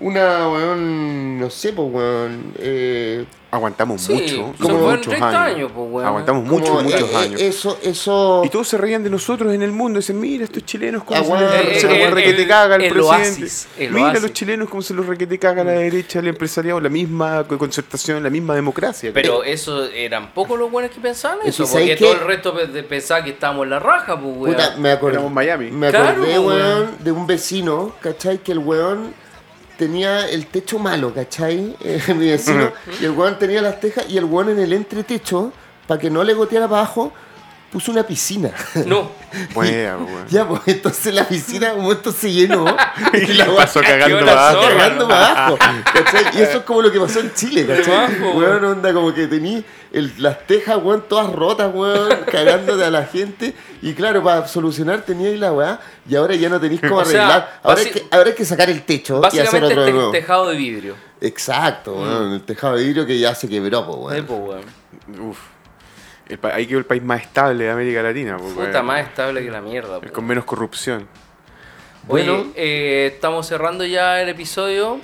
weón, no sé, pues, weón. Aguantamos Sí, mucho. se fueron muchos 30 años, pues, weón. Aguantamos como, muchos años. Eso. Y todos se reían de nosotros en el mundo. Dicen, mira, estos chilenos como Aguanta. se los requete caga el el presidente. oasis, el Mira oasis. los chilenos como se los requete caga la derecha, el empresariado, la misma concertación, la misma democracia. Pero eso eran pocos los buenos que pensaban Es que eso, ¿sabes porque qué? todo el resto pensaba que estábamos en la raja, pues, weón. Puta, me acordé, Éramos Miami. me Claro, acordé, pues, weón, weón. de un vecino, ¿cachai? Que el weón tenía el techo malo, ¿cachai? Mi vecino. Y el weón tenía las tejas y el weón en el entretecho, para que no le goteara para abajo, puso una piscina. No. Wea, weón. Ya, pues entonces la piscina un momento se llenó Y la pasó cagando ¿Qué hora para son? abajo. cagando para abajo, ¿cachai? Y eso es como lo que pasó en Chile, ¿cachai? Abajo, Weón, onda como que tení las tejas, weón, todas rotas, weón, cagándote a la gente. Y claro, para solucionar tenía ahí la weá, y ahora ya no tenéis cómo O sea, arreglar. Ahora hay que sacar el techo y hacer Básicamente otro de nuevo. tejado de vidrio. Exacto, weón, el tejado de vidrio que ya se quebró, po, Ahí, weón. pues, weón. Uf. Ahí quedó el país más estable de América Latina. Pues, Puta, weón. más estable que la mierda, pues. Con menos corrupción. Bueno, Bueno. estamos cerrando ya el episodio.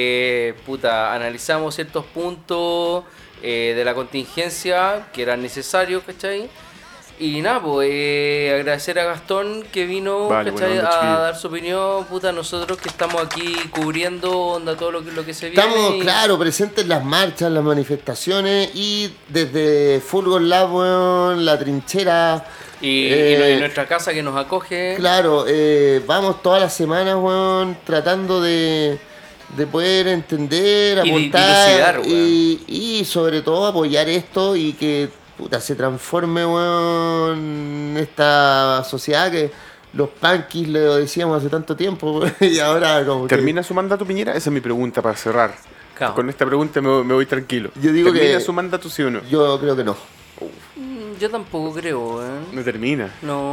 Puta, analizamos ciertos puntos de la contingencia que eran necesarios, ¿cachai? Y nada, pues agradecer a Gastón que vino, Vale, ¿cachai? buena onda, A chiquillos. dar su opinión. Puta, nosotros que estamos aquí cubriendo onda todo lo que se viene. Estamos, y- claro, presentes en las marchas, las manifestaciones y desde Fulgor Lab, weón, la trinchera. Y nuestra casa que nos acoge. Claro, vamos todas las semanas, weón, tratando de poder entender, Y aportar dilucidar, weón. y sobre todo apoyar esto y que puta, se transforme, weón, esta sociedad que los punkis le decíamos hace tanto tiempo, weón, y ahora como que- ¿Termina su mandato, Piñera? Esa es mi pregunta para cerrar. Claro. Con esta pregunta me voy tranquilo. Yo digo ¿Termina que- su mandato, sí o no? Yo creo que no. Yo tampoco creo, weón. No termina.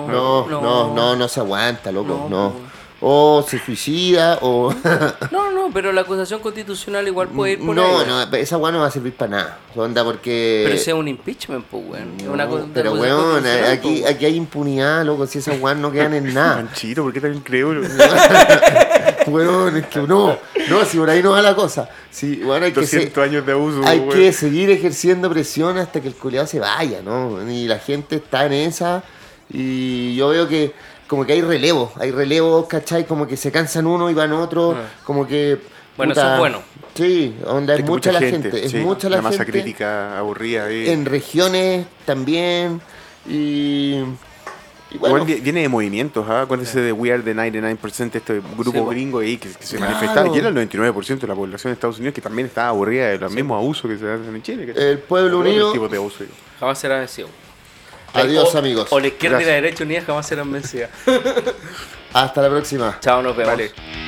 No se aguanta, loco, No, no. O se suicida, o... No, pero la acusación constitucional igual puede ir por ahí. no, weón. no, esa weá no va a servir para nada. Onda, porque... Pero ese es un impeachment, pues, weón. Es una cosa- Pero acusación weón, constitucional, aquí, pues, weón. aquí hay impunidad, loco, si esas weas no quedan en nada. Manchito, ¿por qué tan increíble? Weón, es que no, si por ahí no va la cosa. Si, bueno, hay que 200 años de abuso. hay weón. que seguir ejerciendo presión hasta que el culiado se vaya, ¿no? Y la gente está en esa. Y yo veo que como que hay relevos, ¿cachai? Como que se cansan uno y van otro. Como que. Bueno, eso es bueno. Sí, onda, es que mucha la gente. Es sí, mucha la masa gente. crítica aburrida ahí. En regiones también. Y bueno, Igual viene de movimientos, ¿ah? Acuérdense de We Are the 99%, este grupo Sí, po. gringo ahí que se Claro. manifestaba. Y era el 99% de la población de Estados Unidos que también estaba aburrida de los mismos abusos que se hacen en Chile. el pueblo Todos los unido. tipos de abuso. Jamás será vencido. Adiós, O- amigos. O la izquierda y la Gracias. derecha unidas jamás serán vencidas. Hasta la próxima. Chao, nos vemos. Vale.